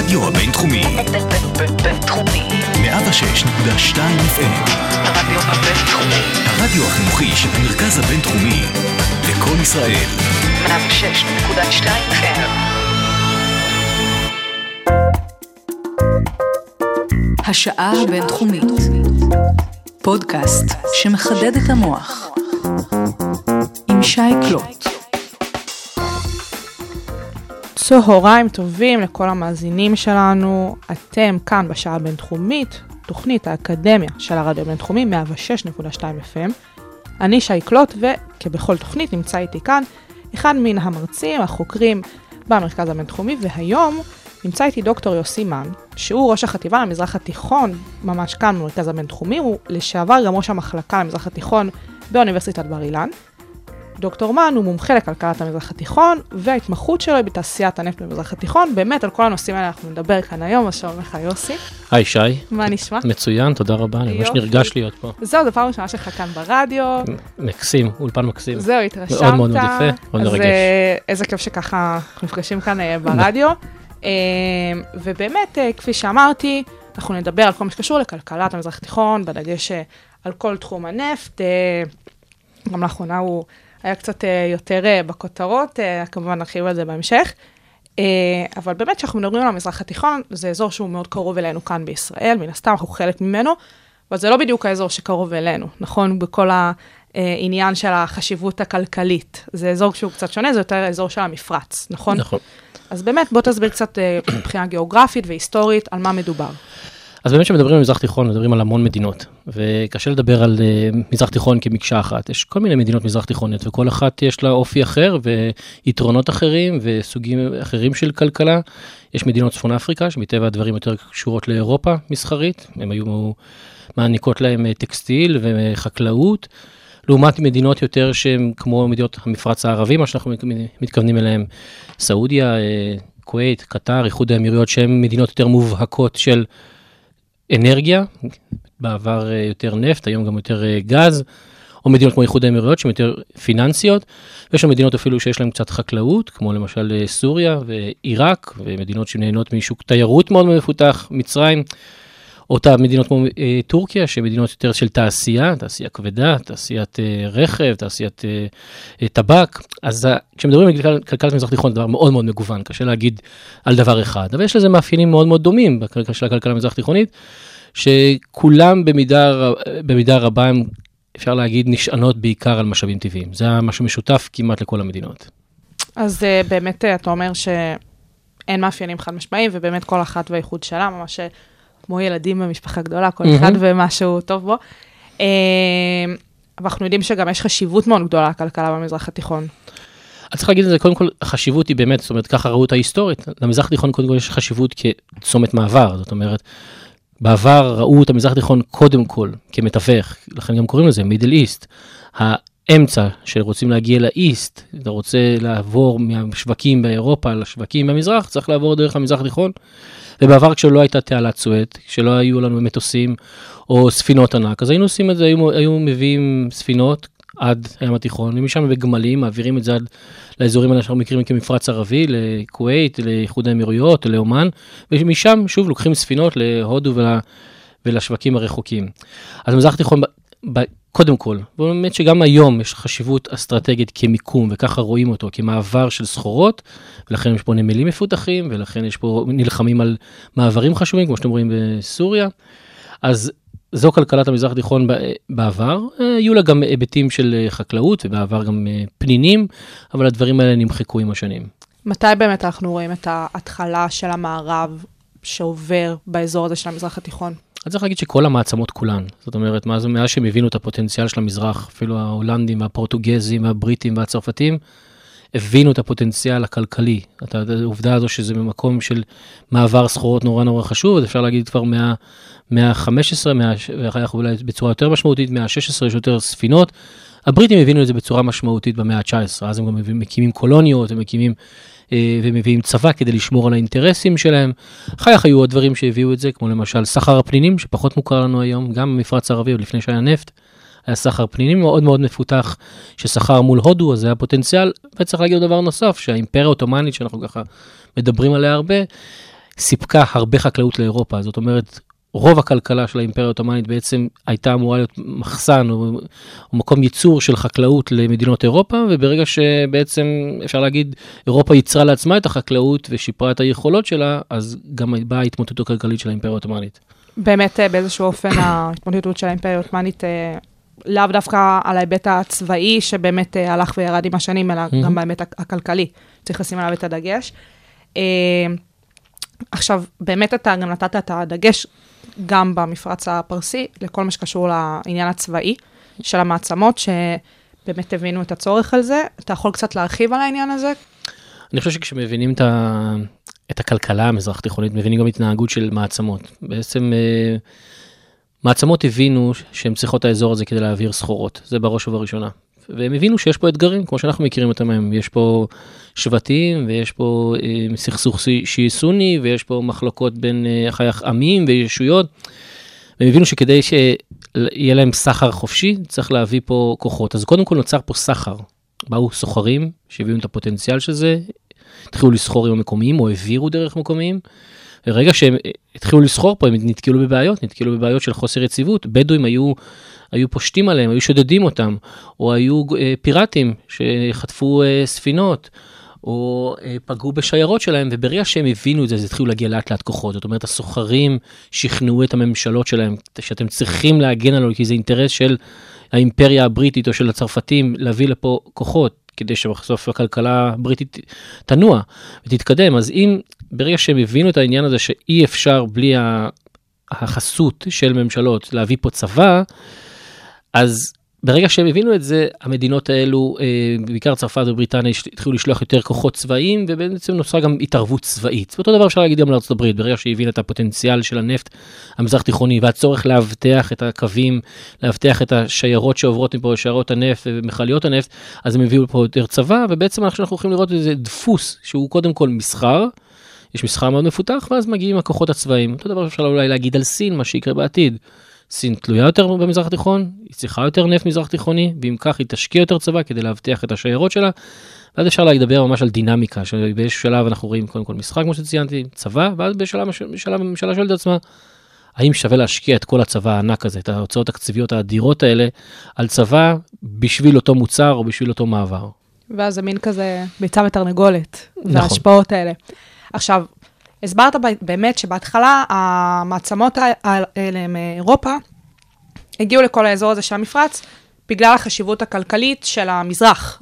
הרדיו הבינתחומי. בינתחומי. 106.2 FM. הרדיו הבינתחומי. הרדיו החינוכי של המרכז הבינתחומי. לכל ישראל. 106.2 FM. השעה הבינתחומית. פודקאסט שמחדד את המוח. עם שי קלוט. צהריים טובים לכל המאזינים שלנו. אתם כאן בשעה הבינתחומית, תוכנית האקדמיה של הרדיו הבינתחומי 106.2 FM. אני שי קלוט, וכבכל תוכנית נמצא איתי כאן אחד מן המרצים, החוקרים במרכז הבינתחומי, והיום נמצא איתי דוקטור יוסי מן, שהוא ראש החטיבה למזרח התיכון, ממש כאן במרכז הבינתחומי, הוא לשעבר גם ראש המחלקה למזרח התיכון באוניברסיטת בר אילן. דוקטור מן הוא מומחה לכלכלת המזרח התיכון, וההתמחות שלו היא בתעשיית הנפט במזרח התיכון. באמת על כל הנושאים האלה אנחנו נדבר כאן היום. אז שלום לך יוסי. היי שי. מה נשמע? מצוין, תודה רבה, אני ממש נרגש להיות פה. זהו, זו פעם ראשונה שלך כאן ברדיו. מקסים, אולפן מקסים. זהו, התרשמת. מאוד מאוד יפה, מאוד מרגש. אז איזה כיף שככה נפגשים כאן ברדיו. ובאמת, כפי שאמרתי, אנחנו נדבר על כל מה שקשור לכלכלת המזרח התיכון, בדגש על כל תחום הנפט. גם לאחרונה הוא היה קצת יותר בכותרות, כמובן נרחיב על זה בהמשך. אבל באמת שאנחנו מדברים על המזרח התיכון, זה אזור שהוא מאוד קרוב אלינו כאן בישראל, מן הסתם אנחנו חלק ממנו, אבל זה לא בדיוק האזור שקרוב אלינו, נכון? בכל העניין של החשיבות הכלכלית. זה אזור שהוא קצת שונה, זה יותר האזור של המפרץ, נכון? נכון. אז באמת בוא תסביר קצת מבחינה גיאוגרפית והיסטורית על מה מדובר. אז באמת שמדברים על מזרח תיכון, מדברים על המון מדינות, וקשה לדבר על מזרח תיכון כמקשה אחת. יש כל מיני מדינות מזרח תיכוניות, וכל אחת יש לה אופי אחר, ויתרונות אחרים, וסוגים אחרים של כלכלה. יש מדינות צפון אפריקה, שמטבע הדברים יותר קשורות לאירופה מסחרית, הם היו מעניקות להם טקסטיל וחקלאות, לעומת מדינות יותר שהן כמו מדינות המפרץ הערבי, מה שאנחנו מתכוונים אליהם, סעודיה, כווית, קטר, איחוד האמירויות, שהן מדינות יותר מובהקות של אנרגיה, בעבר יותר נפט, היום גם יותר גז, או מדינות כמו איחוד האמירויות שהן יותר פיננסיות, ויש שם מדינות אפילו שיש להן קצת חקלאות, כמו למשל סוריה ועיראק, ומדינות שנהנות משוק תיירות מאוד מפותח, מצרים, אותה מדינות כמו טורקיה, שהן מדינות יותר של תעשייה כבדה, תעשיית רכב, תעשיית טבק. אז כשמדברים על כלכלת מזרח תיכון, זה דבר מאוד מאוד מגוון, קשה להגיד על דבר אחד, אבל יש לזה מאפיינים מאוד מאוד דומים של הכלכלה המזרח תיכונית, שכולם במידה רבה הם, אפשר להגיד, נשענות בעיקר על משאבים טבעיים. זה משהו משותף כמעט לכל המדינות. אז באמת אתה אומר שאין מאפיינים חד משמעיים, ובאמת כל אחת והייחוד שלה, ממש כמו ילדים במשפחה גדולה, כל אחד ומשהו טוב בו. אבל אנחנו יודעים שגם יש חשיבות מאוד גדולה לכלכלה במזרח התיכון. אז צריך להגיד את זה, קודם כל, החשיבות היא באמת, זאת אומרת, ככה ראו אותה היסטורית. למזרח התיכון קודם כל יש חשיבות כצומת מעבר, זאת אומרת, בעבר ראו את המזרח התיכון קודם כל כמתווך, לכן גם קוראים לזה מידל איסט. האמצע שרוצים להגיע לאיסט, אתה רוצה לעבור מהשווקים באירופה לשווקים במזרח, צריך לעבור דרך המזרח התיכון. ובעבר כשלא הייתה תעלת סואץ, כשלא היו לנו מטוסים או ספינות ענק, אז היינו עושים את זה, היו מביאים ספינות עד הים התיכון, ומשם בגמלים, מעבירים את זה עד לאזורים האלה שאנחנו מכירים כמפרץ ערבי, לכווית, לאיחוד האמירויות, לאומן, ומשם שוב לוקחים ספינות להודו ולשווקים הרחוקים. אז המזרח התיכון קודם כל, ובאמת שגם היום יש חשיבות אסטרטגית כמיקום, וככה רואים אותו כמעבר של סחורות, ולכן יש פה נמלים מפותחים, ולכן יש פה נלחמים על מעברים חשובים, כמו שאתם רואים בסוריה. אז זו כלכלת המזרח התיכון בעבר, היו לה גם היבטים של חקלאות, ובעבר גם פנינים, אבל הדברים האלה נמחקו עם השנים. מתי באמת אנחנו רואים את ההתחלה של המערב שעובר באזור הזה של המזרח התיכון? אז צריך להגיד שכל המעצמות כולן, זאת אומרת, מאז שהם הבינו את הפוטנציאל של המזרח, אפילו ההולנדים, הפורטוגזים, הבריטים והצרפתים, הבינו את הפוטנציאל הכלכלי. העובדה הזו שזה במקום של מעבר סחורות נורא נורא חשוב, אז אפשר להגיד כבר מה-15, ואנחנו אולי בצורה יותר משמעותית, מה-16 יש יותר ספינות. הבריטים הבינו את זה בצורה משמעותית במאה ה-19, אז הם גם מקימים קולוניות, הם מקימים ומביאים צבא כדי לשמור על האינטרסים שלהם. אחר כך היו עוד דברים שהביאו את זה, כמו למשל סחר הפנינים, שפחות מוכר לנו היום, גם במפרץ הערבי, עוד לפני שהיה נפט, היה סחר פנינים מאוד מאוד מפותח, שסחר מול הודו, אז זה היה פוטנציאל, וצריך להגיד דבר נוסף, שהאימפריה האוטומנית, שאנחנו ככה מדברים עליה הרבה, סיפקה הרבה חקלאות לאירופה, זאת אומרת, רוב הכלכלה של האימפריה העות'מאנית בעצם הייתה אמורה להיות מחסן או מקום ייצור של חקלאות למדינות אירופה, וברגע שבעצם אפשר להגיד, אירופה ייצרה לעצמה את החקלאות ושיפרה את היכולות שלה, אז גם באה ההתמוטטות הכלכלית של האימפריה העות'מאנית. באמת באיזשהו אופן ההתמוטטות של האימפריה העות'מאנית, לאו דווקא על ההיבט הצבאי, שבאמת הלך וירד עם השנים, אלא גם בהיבט הכלכלי. צריך לשים עליו את הדגש. עכשיו, באמת אתה גם נתת את הדגש, גם במפרץ הפרסי, לכל מה שקשור לעניין הצבאי של המעצמות, שבאמת הבינו את הצורך על זה. אתה יכול קצת להרחיב על העניין הזה? אני חושב שכשמבינים את הכלכלה המזרח תיכונית, מבינים גם התנהגות של מעצמות. בעצם מעצמות הבינו שהן צריכות האזור הזה כדי להעביר סחורות, זה בראש ובראשונה. והם הבינו שיש פה אתגרים, כמו שאנחנו מכירים אותם היום. יש פה שבטים, ויש פה סכסוך שיעי סוני, ויש פה מחלוקות בין עמים וישויות. והם הבינו שכדי שיהיה להם סחר חופשי, צריך להביא פה כוחות. אז קודם כל נוצר פה סחר. באו סוחרים שהביאו את הפוטנציאל של זה, התחילו לסחור עם המקומיים, או העבירו דרך מקומיים. ורגע שהם התחילו לסחור פה, הם נתקלו בבעיות של חוסר יציבות. בדואים היו פושטים עליהם, היו שודדים אותם, או היו פיראטים שחטפו ספינות, או פגעו בשיירות שלהם, וברגע שהם הבינו את זה, אז התחילו להגיע לאט לאט כוחות. זאת אומרת, הסוחרים שכנעו את הממשלות שלהם, שאתם צריכים להגן עליו, כי זה אינטרס של האימפריה הבריטית או של הצרפתים, להביא לפה כוחות, כדי שבסוף הכלכלה הבריטית תנוע ותתקדם. אז אם ברגע שהם הבינו את העניין הזה, שאי אפשר בלי החסות של ממשלות להביא פה צבא, אז ברגע שהם הבינו את זה, המדינות האלו, בעיקר צרפת ובריטניה, התחילו לשלוח יותר כוחות צבאיים, ובעצם נוצרה גם התערבות צבאית. ואותו דבר אפשר להגיד גם לארצות הברית, ברגע שהיא את הפוטנציאל של הנפט המזרח תיכוני, והצורך לאבטח את הקווים, לאבטח את השיירות שעוברות מפה, שיירות הנפט ומכליות הנפט, אז הם הביאו פה יותר צבא, ובעצם אנחנו הולכים לראות איזה דפוס, שהוא קודם כל מסחר, יש מסחר מאוד מפותח, ואז מגיעים הכוחות הצבאיים. אותו דבר אפשר אולי להגיד על סין, מה שיקרה בעתיד. סין תלויה יותר במזרח התיכון, היא צריכה יותר נפט מזרח תיכוני, ואם כך היא תשקיע יותר צבא כדי להבטיח את השיירות שלה, ואז אפשר לדבר ממש על דינמיקה, שבאיזשהו שלב אנחנו רואים קודם כל משחק, כמו שציינתי, צבא, ואז בשלב הממשלה שואלת את עצמה, האם שווה להשקיע את כל הצבא הענק הזה, את ההוצאות התקציביות האדירות האלה, על צבא בשביל אותו מוצר או בשביל אותו מעבר. ואז זה מין כזה ביצה ותרנגולת, וההשפעות האלה. עכשיו, הסברת באמת שבהתחלה המעצמות האלה מאירופה הגיעו לכל האזור הזה של המפרץ, בגלל החשיבות הכלכלית של המזרח,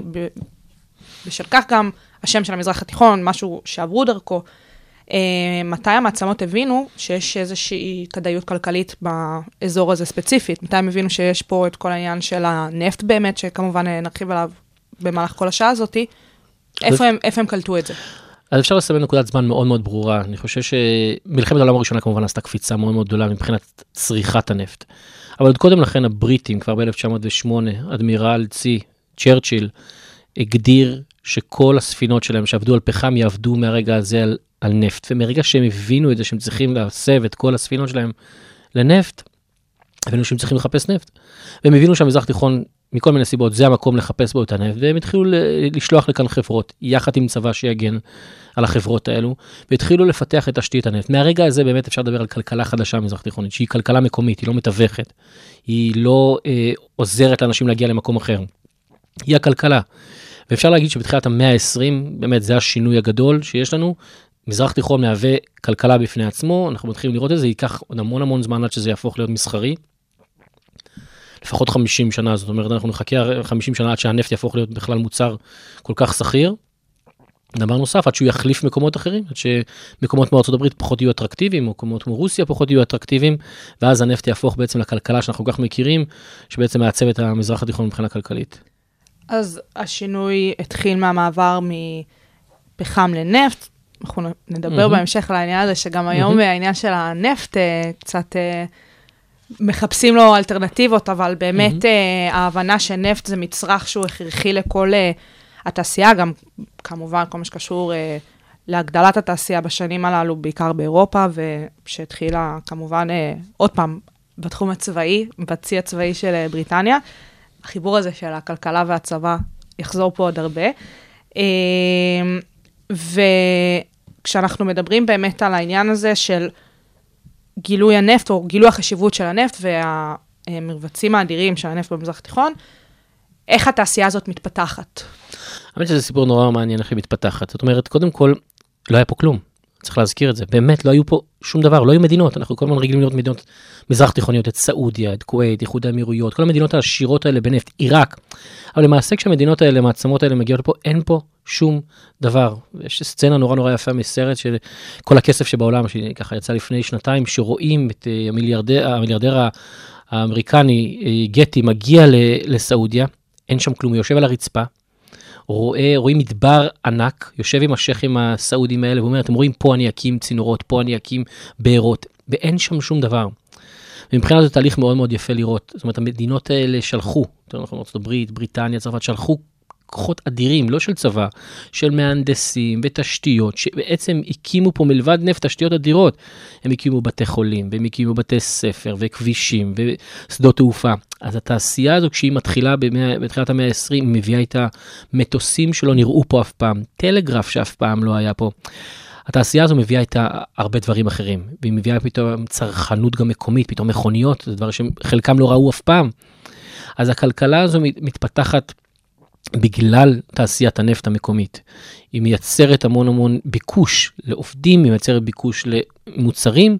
ובשל כך גם השם של המזרח התיכון, משהו שעברו דרכו. מתי המעצמות הבינו שיש איזושהי כדאיות כלכלית באזור הזה ספציפית? מתי הם הבינו שיש פה את כל העניין של הנפט באמת, שכמובן נרחיב עליו במהלך כל השעה הזאת, איפה הם קלטו את זה? אז אפשר לסמן נקודת זמן מאוד מאוד ברורה. אני חושב שמלחמת העולם הראשונה כמובן עשתה קפיצה מאוד מאוד גדולה מבחינת צריכת הנפט. אבל עוד קודם לכן הבריטים, כבר ב-1908, אדמירל צי צ'רצ'יל, הגדיר שכל הספינות שלהם שעבדו על פחם יעבדו מהרגע הזה על נפט. ומרגע שהם הבינו את זה שהם צריכים להסב את כל הספינות שלהם לנפט, הבינו שהם צריכים לחפש נפט. והם הבינו שהמזרח תיכון מכל מיני סיבות, זה המקום לחפש בו את הנפט, והם התחילו לשלוח לכאן חברות, יחד עם צבא שיגן על החברות האלו, והתחילו לפתח את תשתית הנפט. מהרגע הזה באמת אפשר לדבר על כלכלה חדשה מזרח תיכונית, שהיא כלכלה מקומית, היא לא מתווכת, היא לא עוזרת לאנשים להגיע למקום אחר. היא הכלכלה. ואפשר להגיד שבתחילת המאה ה-20, באמת זה השינוי הגדול שיש לנו, מזרח תיכון מהווה כלכלה בפני עצמו, אנחנו מתחילים לראות את זה, ייקח עוד המון זמן עד שזה יהפוך להיות מסחרי, לפחות 50 שנה, זאת אומרת, אנחנו נחכה 50 שנה עד שהנפט יהפוך להיות בכלל מוצר כל כך סחיר. דבר נוסף, עד שהוא יחליף מקומות אחרים, עד שמקומות מארצות הברית פחות יהיו אטרקטיביים, או מקומות כמו רוסיה פחות יהיו אטרקטיביים, ואז הנפט יהפוך בעצם לכלכלה שאנחנו כל כך מכירים, שבעצם מעצב את המזרח התיכון מבחינה כלכלית. אז השינוי התחיל מהמעבר מפחם לנפט, אנחנו נדבר בהמשך על העניין הזה, שגם היום העניין של הנפט קצת מחפשים לו אלטרנטיבות, אבל באמת ההבנה שנפט זה מצרך שהוא הכרחי לכל התעשייה, גם כמובן כל מה שקשור להגדלת התעשייה בשנים הללו, בעיקר באירופה, ושהתחילה כמובן עוד פעם בתחום הצבאי, בצי הצבאי של בריטניה. החיבור הזה של הכלכלה והצבא יחזור פה עוד הרבה. כשאנחנו מדברים באמת על העניין הזה של גילוי הנפט, או גילוי החשיבות של הנפט, והמרבצים האדירים של הנפט במזרח התיכון, איך התעשייה הזאת מתפתחת? האמת שזה סיפור נורא מעניין איך היא מתפתחת. זאת אומרת, קודם כל, לא היה פה כלום. צריך להזכיר את זה. באמת, לא היו פה שום דבר, לא היו מדינות. אנחנו כל הזמן רגילים לראות מדינות מזרח תיכוניות, את סעודיה, את כווית, איחוד האמירויות, כל המדינות העשירות האלה בנפט, עיראק. אבל למעשה כשהמדינות האלה, המעצמות האלה מגיעות לפה, אין פה שום דבר. יש סצנה נורא יפה מסרט של כל הכסף שבעולם, שככה יצא לפני שנתיים, שרואים את המיליארדר האמריקני, גטי, מגיע לסעודיה, אין שם כלום, הוא יושב על הרצפה, רואים מדבר ענק, יושב עם השייחים הסעודים האלה, ואומר, אתם רואים, פה אני אקים צינורות, פה אני אקים בארות, ואין שם שום דבר. ומבחינת זה תהליך מאוד מאוד יפה לראות. זאת אומרת, המדינות האלה שלחו, ארצות הברית, בריטניה, צרפת, שלחו כוחות אדירים, לא של צבא, של מהנדסים ותשתיות, שבעצם הקימו פה מלבד נפט תשתיות אדירות. הם הקימו בתי חולים, והם הקימו בתי ספר, וכבישים, ושדות תעופה. אז התעשייה הזו, כשהיא מתחילה בתחילת המאה ה-20, היא מביאה איתה מטוסים שלא נראו פה אף פעם, טלגרף שאף פעם לא היה פה. התעשייה הזו מביאה איתה הרבה דברים אחרים, והיא מביאה פתאום צרכנות גם מקומית, פתאום מכוניות, זה דבר שחלקם לא ראו אף פעם. אז הכלכלה הזו מתפתחת בגלל תעשיית הנפט המקומית. היא מייצרת המון ביקוש לעובדים, היא מייצרת ביקוש למוצרים,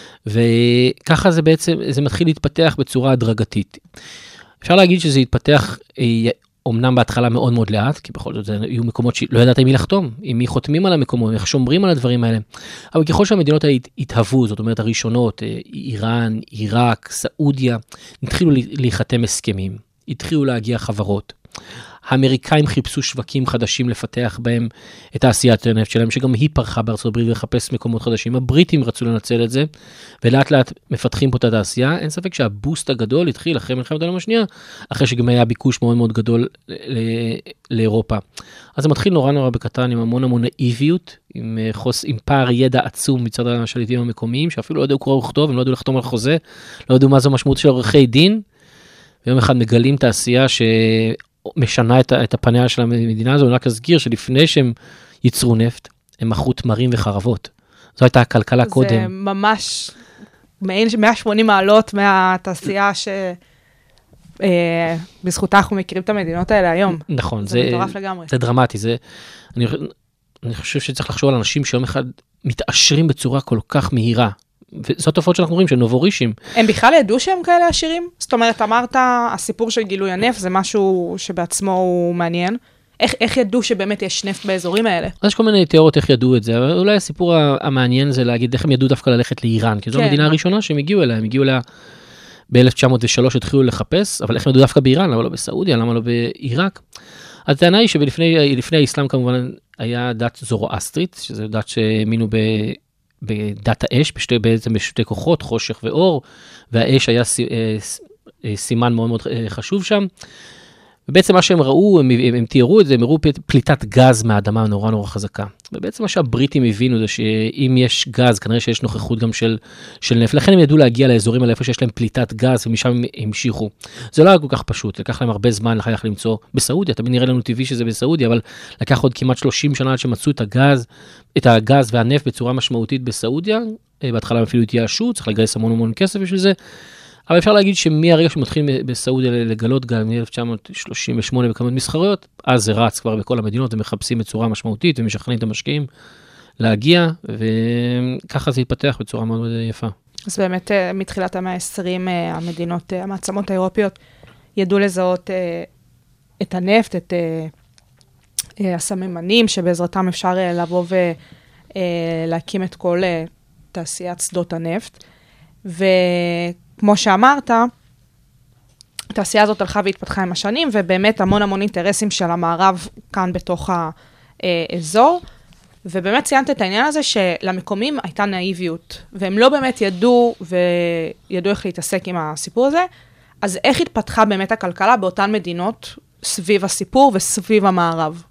וככה זה בעצם, זה מתחיל להתפתח בצורה הדרגתית. אפשר להגיד שזה יתפתח אומנם בהתחלה מאוד מאוד לאט, כי בכל זאת זה יהיו מקומות שלא ידעת עם מי לחתום, עם מי חותמים על המקומות, איך שומרים על הדברים האלה. אבל ככל שהמדינות האלה התהוו, זאת אומרת הראשונות, איראן, עיראק, סעודיה, התחילו להיחתם הסכמים, התחילו להגיע חברות. האמריקאים חיפשו שווקים חדשים לפתח בהם את תעשיית הנפט שלהם, שגם היא פרחה בארצות הברית ולחפש מקומות חדשים. הבריטים רצו לנצל את זה, ולאט לאט מפתחים פה את התעשייה. אין ספק שהבוסט הגדול התחיל אחרי מלחמת העולם השנייה, אחרי שגם היה ביקוש מאוד מאוד גדול לאירופה. אז זה מתחיל נורא בקטן, עם המון נאיביות, עם פער ידע עצום מצד השליטים המקומיים, שאפילו לא ידעו קרוא וכתוב, הם לא ידעו לחתום על חוזה, לא ידעו מה זו המשמעות של עורכי דין, ויום אחד מגלים תעשייה משנה את הפניה של המדינה הזו. אני רק אזכיר שלפני שהם ייצרו נפט, הם מכרו תמרים וחרבות. זו הייתה הכלכלה קודם. זה ממש 180 מעלות מהתעשייה שבזכותה אנחנו מכירים את המדינות האלה היום. נכון. זה מטורף לגמרי. זה דרמטי. אני חושב שצריך לחשוב על אנשים שיום אחד מתעשרים בצורה כל כך מהירה. וזאת תופעות שאנחנו רואים, של נובורישים. הם בכלל ידעו שהם כאלה עשירים? זאת אומרת, אמרת, הסיפור של גילוי הנפט זה משהו שבעצמו הוא מעניין. איך ידעו שבאמת יש נפט באזורים האלה? אז יש כל מיני תיאוריות איך ידעו את זה, אבל אולי הסיפור המעניין זה להגיד איך הם ידעו דווקא ללכת לאיראן, כי זו המדינה הראשונה שהם הגיעו אליה, הם הגיעו אליה ב-1903, התחילו לחפש, אבל איך הם ידעו דווקא באיראן, למה לא בסעודיה, למה לא בעיראק? הטענה היא שלפני האסלאם כמובן היה דת זורואסטרית, שזו דת שהאמינו בדת האש, בעצם בשתי כוחות, חושך ואור, והאש היה סימן מאוד מאוד חשוב שם. ובעצם מה שהם ראו, הם תיארו את זה, הם ראו פליטת גז מהאדמה נורא חזקה. ובעצם מה שהבריטים הבינו זה שאם יש גז, כנראה שיש נוכחות גם של נפט. לכן הם ידעו להגיע לאזורים האלה איפה שיש להם פליטת גז, ומשם הם המשיכו. זה לא היה כל כך פשוט, לקח להם הרבה זמן לחייך למצוא בסעודיה, תמיד נראה לנו טבעי שזה בסעודיה, אבל לקח עוד כמעט 30 שנה עד שמצאו את הגז והנפט בצורה משמעותית בסעודיה. בהתחלה אפילו התייאשו, צריך לגייס המון כסף בשביל זה. אבל אפשר להגיד שמהרגע שמתחילים בסעודיה לגלות גז מ-1938 בכמות מסחריות, אז זה רץ כבר בכל המדינות, ומחפשים בצורה משמעותית, ומשכנעים את המשקיעים להגיע, וככה זה יתפתח בצורה מאוד יפה. אז באמת מתחילת המאה ה-20, המדינות, המעצמות האירופיות, ידעו לזהות את הנפט, את הסממנים, שבעזרתם אפשר לבוא ולהקים את כל תעשיית שדות הנפט, כמו שאמרת, התעשייה הזאת הלכה והתפתחה עם השנים, ובאמת המון אינטרסים של המערב כאן בתוך האזור, ובאמת ציינת את העניין הזה שלמקומים הייתה נאיביות, והם לא באמת ידעו איך להתעסק עם הסיפור הזה, אז איך התפתחה באמת הכלכלה באותן מדינות סביב הסיפור וסביב המערב?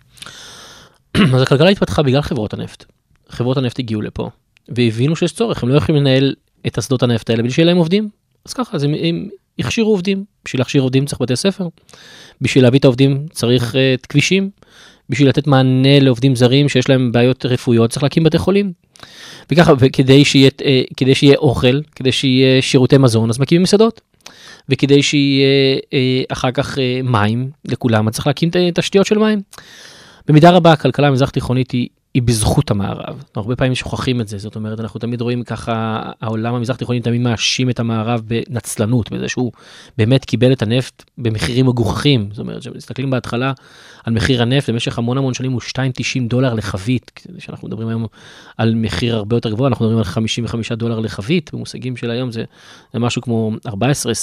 אז הכלכלה התפתחה בגלל חברות הנפט. חברות הנפט הגיעו לפה, והבינו שיש צורך, הם לא יכולים לנהל את השדות הנפט האלה, בשביל להם עובדים. אז ככה, אז הם הכשירו עובדים. בשביל להכשיר עובדים צריך בתי ספר. בשביל להביא את העובדים צריך כבישים. בשביל לתת מענה לעובדים זרים שיש להם בעיות רפואיות, צריך להקים בתי חולים. וככה, וכדי שיהיה אוכל, כדי שיהיה שירותי מזון, אז מקימים מסעדות. וכדי שיהיה אחר כך מים לכולם, אז צריך להקים תשתיות של מים. במידה רבה, הכלכלה המזרח תיכונית היא בזכות המערב. הרבה פעמים שוכחים את זה, זאת אומרת, אנחנו תמיד רואים ככה, העולם המזרח תיכוני תמיד מאשים את המערב בנצלנות, בזה שהוא באמת קיבל את הנפט במחירים מגוחכים. זאת אומרת, כשמסתכלים בהתחלה על מחיר הנפט, במשך המון שנים הוא $2.90 לחבית, כשאנחנו מדברים היום על מחיר הרבה יותר גבוה, אנחנו מדברים על $55 לחבית, במושגים של היום זה משהו כמו $14-20.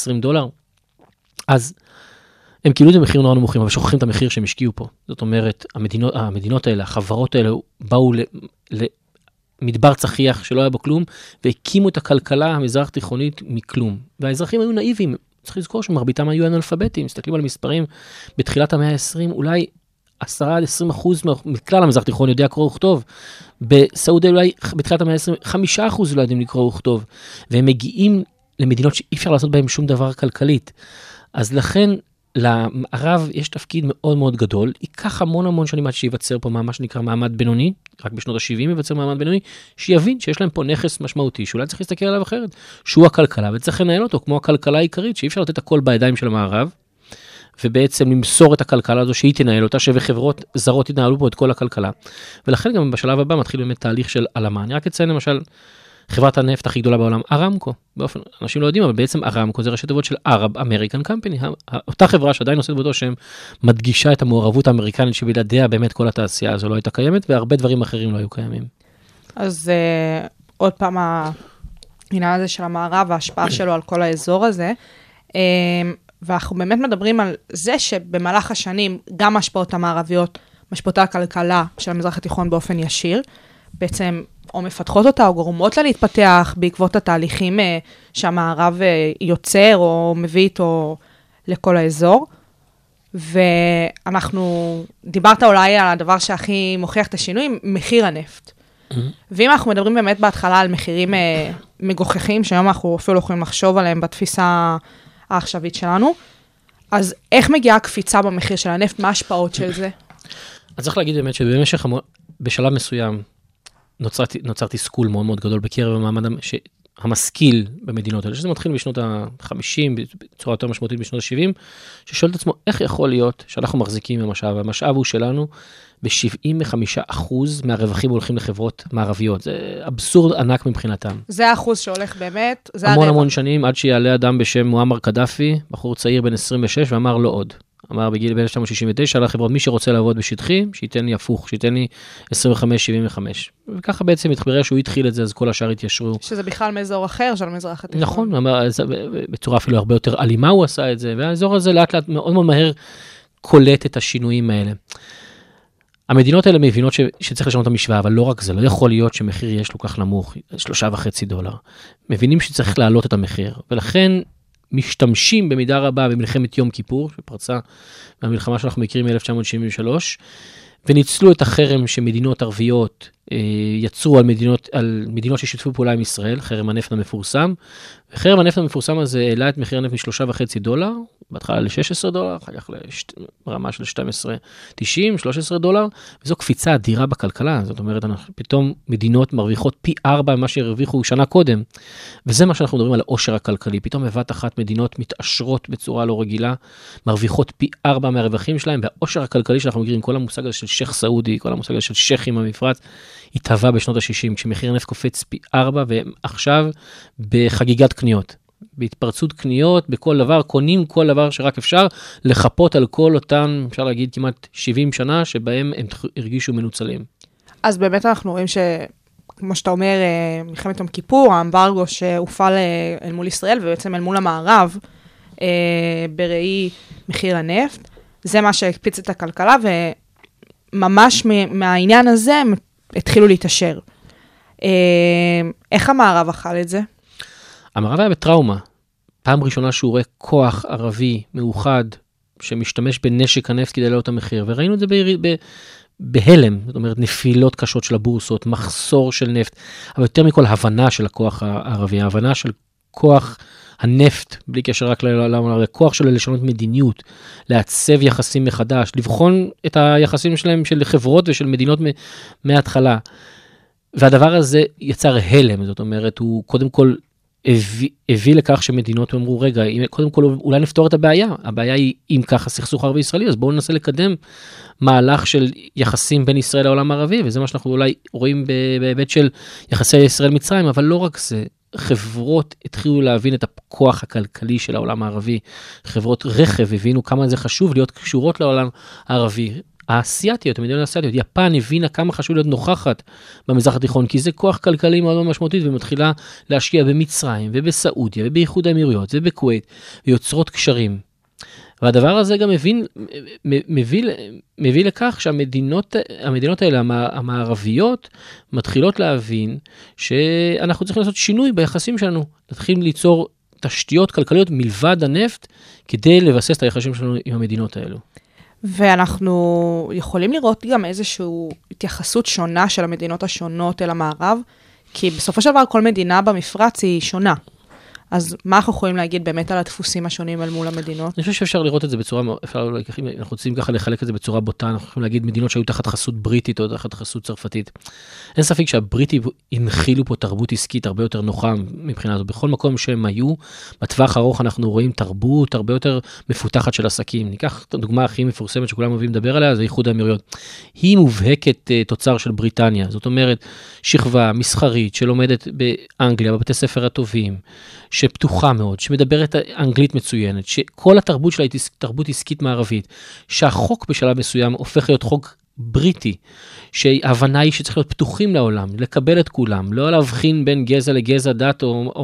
אז הם קיבלו את המחירים נורא נמוכים, אבל שוכחים את המחיר שהם השקיעו פה. זאת אומרת, המדינות האלה, החברות האלה, באו למדבר צחיח שלא היה בו כלום, והקימו את הכלכלה המזרח תיכונית מכלום. והאזרחים היו נאיבים. צריך לזכור שמרביתם היו אנאלפביתים. מסתכלים על מספרים בתחילת המאה ה-20, אולי 10-20% מכלל המזרח תיכון יודע קרוא וכתוב. בסעודיה אולי בתחילת המאה ה-20, 5% לא יודעים לקרוא וכתוב. והם מגיעים למדינות שאי אפשר לעשות בהם שום דבר כלכלית. אז לכן, למערב יש תפקיד מאוד מאוד גדול, ייקח המון שנים עד שיווצר פה מה שנקרא מעמד בינוני, רק בשנות ה-70 יווצר מעמד בינוני, שיבין שיש להם פה נכס משמעותי, שאולי צריך להסתכל עליו אחרת, שהוא הכלכלה, וצריך לנהל אותו כמו הכלכלה העיקרית, שאי אפשר לתת הכל בידיים של המערב, ובעצם למסור את הכלכלה הזו שהיא תנהל אותה, וחברות זרות ינהלו פה את כל הכלכלה. ולכן גם בשלב הבא מתחיל באמת תהליך של הלאמה. אני רק אציין למשל, חברת הנפט הכי גדולה בעולם, ארמקו. באופן, אנשים לא יודעים, אבל בעצם ארמקו זה ראשי תיבות של Arab American Company. אותה חברה שעדיין נושאת באותו שם, מדגישה את המעורבות האמריקנית שבלעדיה באמת כל התעשייה הזו לא הייתה קיימת, והרבה דברים אחרים לא היו קיימים. אז עוד פעם, העניין הזה של המערב, וההשפעה שלו על כל האזור הזה, ואנחנו באמת מדברים על זה שבמהלך השנים, גם ההשפעות המערביות, משפעות הכלכלה של המזרח התיכון באופן ישיר, בעצם או מפתחות אותה, או גורמות לה להתפתח בעקבות התהליכים שהמערב יוצר, או מביא איתו לכל האזור. ואנחנו, דיברת אולי על הדבר שהכי מוכיח את השינוי, מחיר הנפט. ואם אנחנו מדברים באמת בהתחלה על מחירים מגוחכים, שהיום אנחנו אפילו יכולים לחשוב עליהם בתפיסה העכשווית שלנו, אז איך מגיעה הקפיצה במחיר של הנפט? מה ההשפעות של זה? אז צריך להגיד באמת שבמשך, בשלב מסוים, נוצר תסכול מאוד מאוד גדול בקרב המעמד המשכיל במדינות האלה, שזה מתחיל בשנות ה-50, בצורה יותר משמעותית בשנות ה-70, ששואל את עצמו, איך יכול להיות שאנחנו מחזיקים המשאב? המשאב הוא שלנו, ב-75% מהרווחים הולכים לחברות מערביות. זה אבסורד ענק מבחינתם. זה האחוז שהולך באמת, זה המון שנים, עד שיעלה אדם בשם מועמר קדאפי, בחור צעיר בן 26, ואמר לא עוד. אמר בגיל ב-1969, לחברות, מי שרוצה לעבוד בשטחי, שייתן לי הפוך, שייתן לי 25-75. וככה בעצם התברר שהוא התחיל את זה, אז כל השאר התיישרו. שזה בכלל מאזור אחר של המזרח התיכון. נכון, בצורה אפילו הרבה יותר אלימה הוא עשה את זה, והאזור הזה לאט לאט מאוד מאוד מהר קולט את השינויים האלה. המדינות האלה מבינות שצריך לשנות את המשוואה, אבל לא רק זה, לא יכול להיות שמחיר יהיה כל כך נמוך, $3.50. מבינים שצריך להעלות את המחיר, ולכן משתמשים במידה רבה במלחמת יום כיפור, שפרצה מהמלחמה שאנחנו מכירים מ-1973, וניצלו את החרם שמדינות ערביות יצרו על מדינות ששיתפו פעולה עם ישראל, חרם הנפט המפורסם, וחרם הנפט המפורסם הזה העלה את מחיר הנפט $3.50, בהתחלה ל$16, אחר כך לרמה של $12.90, $13, וזו קפיצה אדירה בכלכלה, זאת אומרת, פתאום מדינות מרוויחות פי 4 ממה שהרוויחו שנה קודם, וזה מה שאנחנו מדברים על העושר הכלכלי, פתאום בבת אחת מדינות מתעשרות בצורה לא רגילה, מרוויחות פי 4 מהרווחים שלהם, והעושר הכלכלי שאנחנו מכירים, כל המושג הזה של שייך סעודי, כל המושג הזה של שייכים במפרץ, התהווה בשנות ה-60, כשמחיר הנפט קופץ פי 4, ועכשיו בחגיגת קניות. בהתפרצות קניות, בכל דבר, קונים כל דבר שרק אפשר, לחפות על כל אותם, אפשר להגיד, כמעט 70 שנה, שבהם הם הרגישו מנוצלים. אז באמת אנחנו רואים כמו שאתה אומר, מלחמת יום כיפור, האמברגו שהופעל אל מול ישראל, ובעצם אל מול המערב, בראי מחיר הנפט, זה מה שהקפיץ את הכלכלה, וממש מהעניין הזה הם התחילו להתאשר. איך המערב אכל את זה? המערב היה בטראומה. פעם ראשונה שהוא רואה כוח ערבי מאוחד, שמשתמש בנשק הנפט כדי לעלות את המחיר, וראינו את זה בהלם, זאת אומרת, נפילות קשות של הבורסות, מחסור של נפט, אבל יותר מכל הבנה של הכוח הערבי, ההבנה של כוח הנפט, בלי קשר רק לכוח שלו לשנות מדיניות, לעצב יחסים מחדש, לבחון את היחסים שלהם של חברות ושל מדינות מההתחלה. והדבר הזה יצר הלם, זאת אומרת, הוא קודם כל הביא לכך שמדינות אמרו, רגע, קודם כל אולי נפתור את הבעיה, הבעיה היא אם ככה סכסוך ערבי ישראלי, אז בואו ננסה לקדם מהלך של יחסים בין ישראל לעולם הערבי, וזה מה שאנחנו אולי רואים בהיבט של יחסי ישראל-מצרים, אבל לא רק זה, חברות התחילו להבין את הכוח הכלכלי של העולם הערבי, חברות רכב הבינו כמה זה חשוב להיות קשורות לעולם הערבי, האסייתיות, המדינות האסייתיות, יפן הבינה כמה חשוב להיות נוכחת במזרח התיכון, כי זה כוח כלכלי מאוד משמעותי, ומתחילה להשקיע במצרים, ובסעודיה, ובאיחוד האמירויות, ובכווית, ויוצרות קשרים. והדבר הזה גם מביא לכך שהמדינות האלה, המערביות, מתחילות להבין שאנחנו צריכים לעשות שינוי ביחסים שלנו, נתחיל ליצור תשתיות כלכליות מלבד הנפט, כדי לבסס את היחסים שלנו עם המדינות האלו. ואנחנו יכולים לראות גם איזושהי התייחסות שונה של המדינות השונות אל המערב, כי בסופו של דבר כל מדינה במפרץ היא שונה. אז מה אנחנו יכולים להגיד באמת על הדפוסים השונים אל מול המדינות? אני חושב שאפשר לראות את זה בצורה, אנחנו רוצים ככה לחלק את זה בצורה בוטה, אנחנו יכולים להגיד מדינות שהיו תחת חסות בריטית או תחת חסות צרפתית. אין ספק שהבריטים הנחילו פה תרבות עסקית הרבה יותר נוחה מבחינה הזו. בכל מקום שהם היו, בטווח הארוך אנחנו רואים תרבות הרבה יותר מפותחת של עסקים. ניקח את הדוגמה הכי מפורסמת שכולם אוהבים לדבר עליה, זה איחוד האמירויות. היא מובהקת תוצר של בריטניה, זאת אומרת, שכבה מסחרית שלומדת באנגליה, בבתי ספר הטובים, שפתוחה מאוד, שמדברת אנגלית מצוינת, שכל התרבות שלה היא תרבות עסקית מערבית, שהחוק בשלב מסוים הופך להיות חוק בריטי, שההבנה היא שצריך להיות פתוחים לעולם, לקבל את כולם, לא להבחין בין גזע לגזע, דת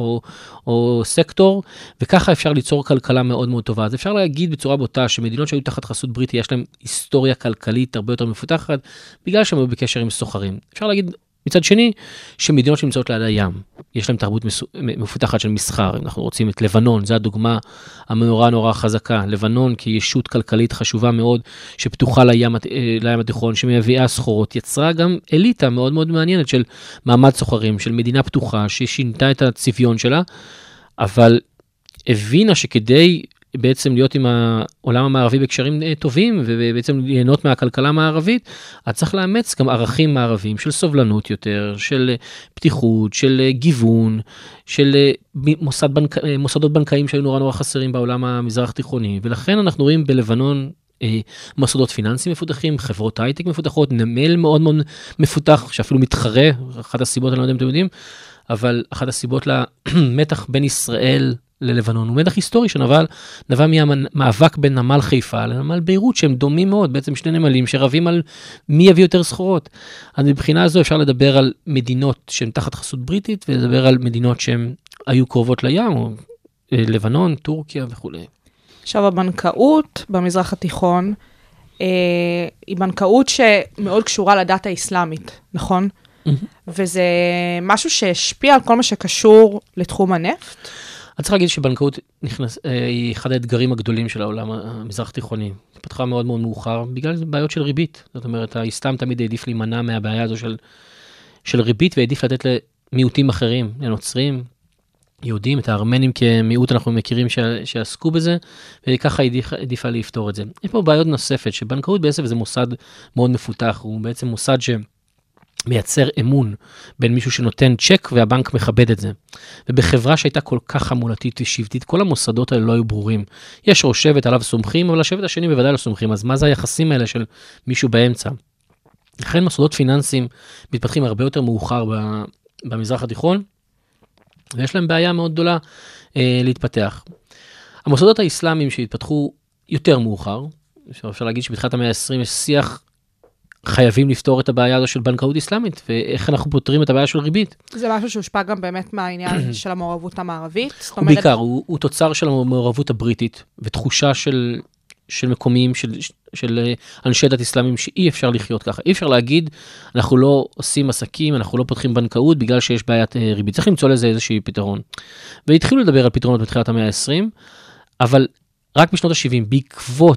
או סקטור, וככה אפשר ליצור כלכלה מאוד מאוד טובה. אז אפשר להגיד בצורה בוטה שמדינות שהיו תחת חסות בריטי, יש להן היסטוריה כלכלית הרבה יותר מפותחת, בגלל שהם היו בקשר עם סוחרים. אפשר להגיד מצד שני, שמדינות שנמצאות ליד הים, יש להם תרבות מפותחת של מסחר, אנחנו רוצים את לבנון, זו הדוגמה הנורא חזקה, לבנון כישות כלכלית חשובה מאוד, שפתוחה לים התיכון, שמביאה סחורות, יצרה גם אליטה מאוד מאוד מעניינת של מעמד סוחרים, של מדינה פתוחה, ששינתה את הצביון שלה, אבל הבינה שכדי בעצם להיות עם העולם המערבי בקשרים טובים, ובעצם ליהנות מהכלכלה המערבית, אז צריך לאמץ גם ערכים מערביים של סובלנות יותר, של פתיחות, של גיוון, של מוסדות בנקאיים שהיו נורא חסרים בעולם המזרח תיכוני, ולכן אנחנו רואים בלבנון מוסדות פיננסיים מפותחים, חברות הייטק מפותחות, נמל מאוד מאוד מפותח, שאפילו מתחרה, אחת הסיבות, אני לא יודע אם אתם יודעים, אבל אחת הסיבות למתח בין ישראל ללבנון, הוא מתח היסטורי שנבע מהמאבק בין נמל חיפה לנמל ביירות, שהם דומים מאוד, בעצם שני נמלים שרבים על מי יביא יותר סחורות. אז מבחינה הזו אפשר לדבר על מדינות שהן תחת חסות בריטית, ולדבר על מדינות שהן היו קרובות לים, או לבנון, טורקיה וכו'. עכשיו, הבנקאות במזרח התיכון, היא בנקאות שמאוד קשורה לדת האסלאמית, נכון? וזה משהו שהשפיע על כל מה שקשור לתחום הנפט? אני צריך להגיד שבנקאות היא אחד האתגרים הגדולים של העולם המזרח תיכוני. היא פתחה מאוד מאוד מאוחר, בגלל בעיות של ריבית. זאת אומרת, האסלאם תמיד העדיף להימנע מהבעיה הזו של ריבית, והעדיף לתת למיעוטים אחרים, לנוצרים, יהודים, את הארמנים כמיעוט אנחנו מכירים שעסקו בזה, וככה העדיפה לפתור את זה. יש פה בעיות נוספת, שבנקאות בעצם זה מוסד מאוד מפותח, הוא בעצם מוסד מייצר אמון בין מישהו שנותן צ'ק והבנק מכבד את זה. ובחברה שהייתה כל כך חמולתית ושבטית, כל המוסדות האלה לא היו ברורים. יש ראש שבט עליו סומכים, אבל השבט השני בוודאי לא סומכים. אז מה זה היחסים האלה של מישהו באמצע? לכן מוסדות פיננסיים מתפתחים הרבה יותר מאוחר במזרח התיכון, ויש להם בעיה מאוד גדולה להתפתח. המוסדות האסלאמיים שהתפתחו יותר מאוחר, אפשר להגיד שבתחילת המאה ה-20 יש שיח חייבים לפתור את הבעיה הזו של בנקאות אסלאמית, ואיך אנחנו פותרים את הבעיה של ריבית. זה משהו שהושפע גם באמת מהעניין של המעורבות המערבית? בעיקר, הוא תוצר של המעורבות הבריטית, ותחושה של מקומיים, של אנשי דת אסלאמיים, שאי אפשר לחיות ככה. אי אפשר להגיד, אנחנו לא עושים עסקים, אנחנו לא פותחים בנקאות, בגלל שיש בעיית ריבית. צריך למצוא לזה איזשהו פתרון. והתחילו לדבר על פתרונות בתחילת המאה ה-20, אבל רק בשנות ה-70, בעקבות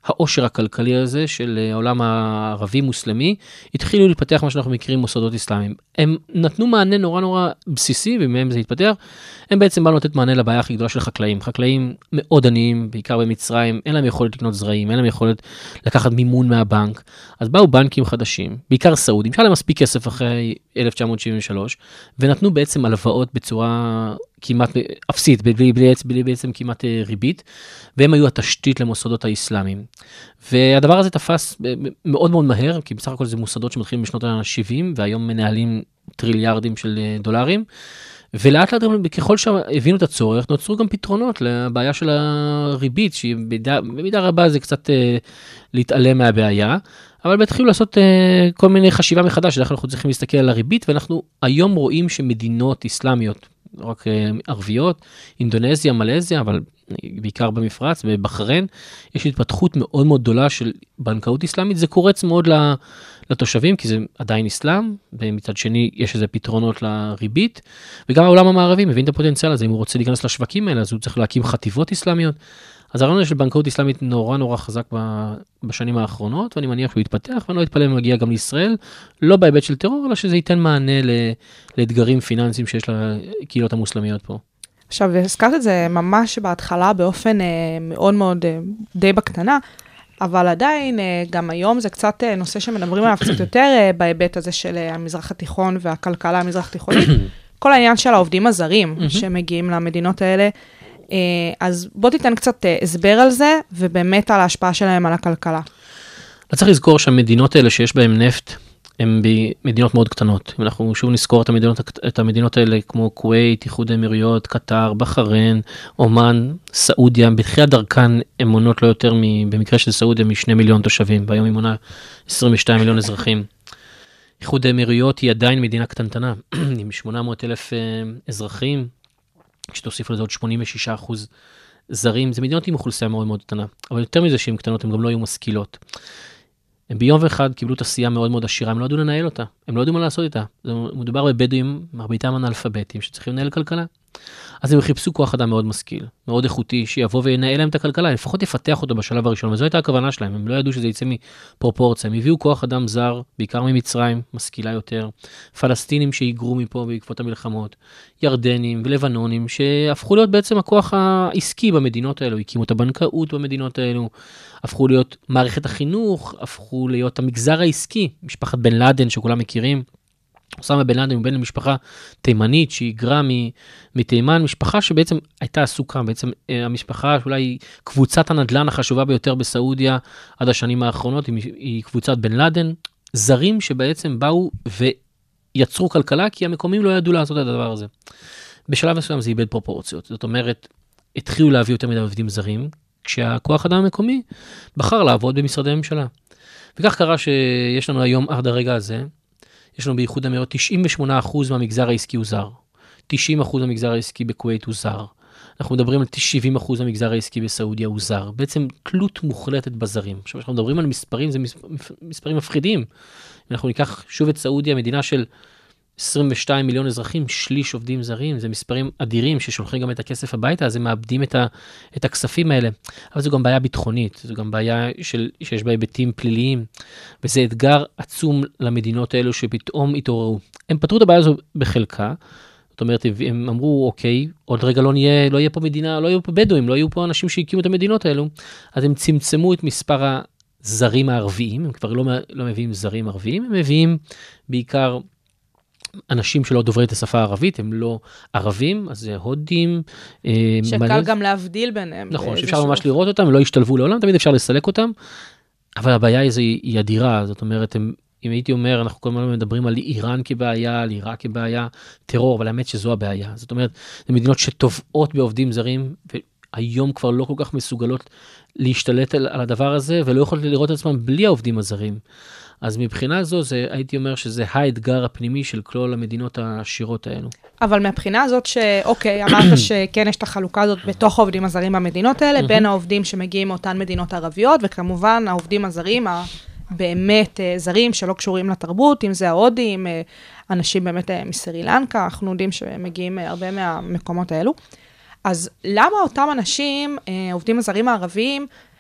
העושר הכלכלי הזה של העולם הערבי-מוסלמי, התחילו להתפתח מה שאנחנו מכירים מוסדות אסלאמיים. הם נתנו מענה נורא נורא בסיסי, ומהם זה התפתח. הם בעצם באו לתת מענה לבעיה הכי גדולה של חקלאים. חקלאים מאוד עניים, בעיקר במצרים, אין להם יכולת לקנות זרעים, אין להם יכולת לקחת מימון מהבנק. אז באו בנקים חדשים, בעיקר סעודים, שהיה להם מספיק כסף אחרי 1973, ונתנו בעצם הלוואות בצורה כמעט אפסית, בלי בעצם כמעט ריבית, והם היו התשתית למוסדות האסלאמיים. והדבר הזה תפס מאוד מאוד מהר, כי בסך הכל זה מוסדות שמתחילים בשנות ה-70, והיום מנהלים טריליארדים של דולרים, ולאט לאט ככל שהבינו את הצורך, נוצרו גם פתרונות לבעיה של הריבית, שהיא במידה רבה זה קצת להתעלם מהבעיה, אבל התחילו לעשות כל מיני חשיבה מחדש, אנחנו צריכים להסתכל על הריבית, ואנחנו היום רואים שמדינות אסלאמיות, לא רק ערביות, אינדונזיה, מלזיה, אבל בעיקר במפרץ, בבחריין, יש התפתחות מאוד מאוד גדולה של בנקאות אסלאמית, זה קורץ מאוד לתושבים, כי זה עדיין אסלאם, ומצד שני יש איזה פתרונות לריבית, וגם העולם המערבי מבין את הפוטנציאל הזה, אם הוא רוצה להיכנס לשווקים האלה, אז הוא צריך להקים חטיבות אסלאמיות, אז הרעיון של בנקאות אסלאמית נורא נורא חזק בשנים האחרונות, ואני מניח שהוא יתפתח, ואני לא אתפלא אם מגיע גם לישראל, לא בהיבט של טרור, אלא שזה ייתן מענה לאתגרים פיננסיים שיש לקהילות המוסלמיות פה. עכשיו, הזכרת את זה ממש בהתחלה באופן מאוד מאוד די בקטנה, אבל עדיין גם היום זה קצת נושא שמדברים עליו קצת יותר בהיבט הזה של המזרח התיכון והכלכלה המזרח התיכונית. כל העניין של העובדים הזרים שמגיעים למדינות האלה, אז בוא תיתן קצת הסבר על זה, ובאמת על ההשפעה שלהם על הכלכלה. צריך לזכור שהמדינות האלה שיש בהן נפט, הן במדינות מאוד קטנות. אם אנחנו שוב נזכור את המדינות האלה, כמו כווית, איחוד האמירויות, קטר, בחריין, אומן, סעודיה, בתחילת דרכן הן מונות לא יותר, במקרה של סעודיה, מ2 מיליון תושבים, והיום היא מונה 22 מיליון אזרחים. איחוד האמירויות היא עדיין מדינה קטנטנה, עם 800,000 אזרחים, כשתוסיף לזה עוד 86% זרים, זה מדינות עם אוכלוסייה מאוד מאוד קטנה, אבל יותר מזה שהן קטנות, הן גם לא היו משכילות. הם ביום אחד קיבלו תעשייה מאוד מאוד עשירה, הם לא ידעו לנהל אותה, הם לא ידעו מה לעשות איתה. מדובר בבדואים, מרביתם אנאלפביתים, שצריכים לנהל כלכלה. אז הם חיפשו כוח אדם מאוד משכיל, מאוד איכותי, שיבוא וינהל להם את הכלכלה, לפחות יפתח אותו בשלב הראשון, וזו הייתה הכוונה שלהם, הם לא ידעו שזה יצא מפרופורציה, הם הביאו כוח אדם זר, בעיקר ממצרים, משכילה יותר, פלסטינים שהיגרו מפה בעקבות המלחמות, ירדנים ולבנונים, שהפכו להיות בעצם הכוח העסקי במדינות האלו, הקימו את הבנקאות במדינות האלו, הפכו להיות מערכת החינוך, הפכו להיות המגזר העסקי, משפחת בן לאדן שכולם מכירים, אוסמה בן לאדן הוא בן למשפחה תימנית שהיגרה מתימן, משפחה שבעצם הייתה עסוקה, בעצם המשפחה שאולי קבוצת הנדל"ן החשובה ביותר בסעודיה עד השנים האחרונות, היא קבוצת בן לאדן, זרים שבעצם באו ויצרו כלכלה, כי המקומים לא ידעו לעשות את הדבר הזה. בשלב מסוים זה איבד פרופורציות, זאת אומרת, התחילו להביא יותר מדי עובדים זרים, כשהכוח אדם המקומי בחר לעבוד במשרדי הממשלה. וכך קרה שיש לנו היום עד הרגע הזה, יש לנו בייחוד האמירויות 98% מהמגזר העסקי הוא זר. 90% מהמגזר העסקי בכווית הוא זר. אנחנו מדברים על 70% מהמגזר העסקי בסעודיה הוא זר. בעצם תלות מוחלטת בזרים. עכשיו, כשאנחנו מדברים על מספרים, זה מספרים מפחידים. אם אנחנו ניקח שוב את סעודיה, מדינה של 22 מיליון אזרחים, שליש עובדים זרים, זה מספרים אדירים ששולחים גם את הכסף הביתה, אז הם מאבדים את הכספים האלה. אבל זו גם בעיה ביטחונית, זו גם בעיה שיש בה היבטים פליליים, וזה אתגר עצום למדינות האלו שפתאום התעוררו. הם פתרו את הבעיה הזו בחלקה, זאת אומרת, הם אמרו, אוקיי, עוד רגע לא יהיה פה מדינה, לא יהיו פה בדואים, לא יהיו פה אנשים שהקימו את המדינות האלו, אז הם צמצמו את מספר הזרים הערביים, הם כבר לא מביאים זרים ערביים, הם מביאים בעיקר אנשים שלא דוברים את השפה הערבית, הם לא ערבים, אז זה הודים. שקל גם להבדיל ביניהם. נכון, שאפשר ממש לראות אותם, הם לא ישתלבו לעולם, תמיד אפשר לסלק אותם, אבל הבעיה היא אדירה, זאת אומרת, אם הייתי אומר, אנחנו כל הזמן מדברים על איראן כבעיה, על עיראק כבעיה, טרור, אבל האמת שזו הבעיה. זאת אומרת, זה מדינות שטובעות בעובדים זרים, והיום כבר לא כל כך מסוגלות להשתלט על הדבר הזה, ולא יכולות לראות את עצמם בלי העובדים הזרים. אז מבחינה זו, הייתי אומר שזה האתגר הפנימי של כל המדינות העשירות האלו. אבל מבחינה הזאת שאוקיי, אמרת שכן יש את החלוקה הזאת בתוך העובדים הזרים במדינות האלה, בין העובדים שמגיעים מאותן מדינות ערביות, וכמובן העובדים הזרים, באמת זרים שלא קשורים לתרבות, אם זה ההודים, אנשים באמת מסרי לנקה, אנחנו יודעים שמגיעים הרבה מהמקומות האלו. אז למה אותם אנשים, עובדים הזרים הערביים,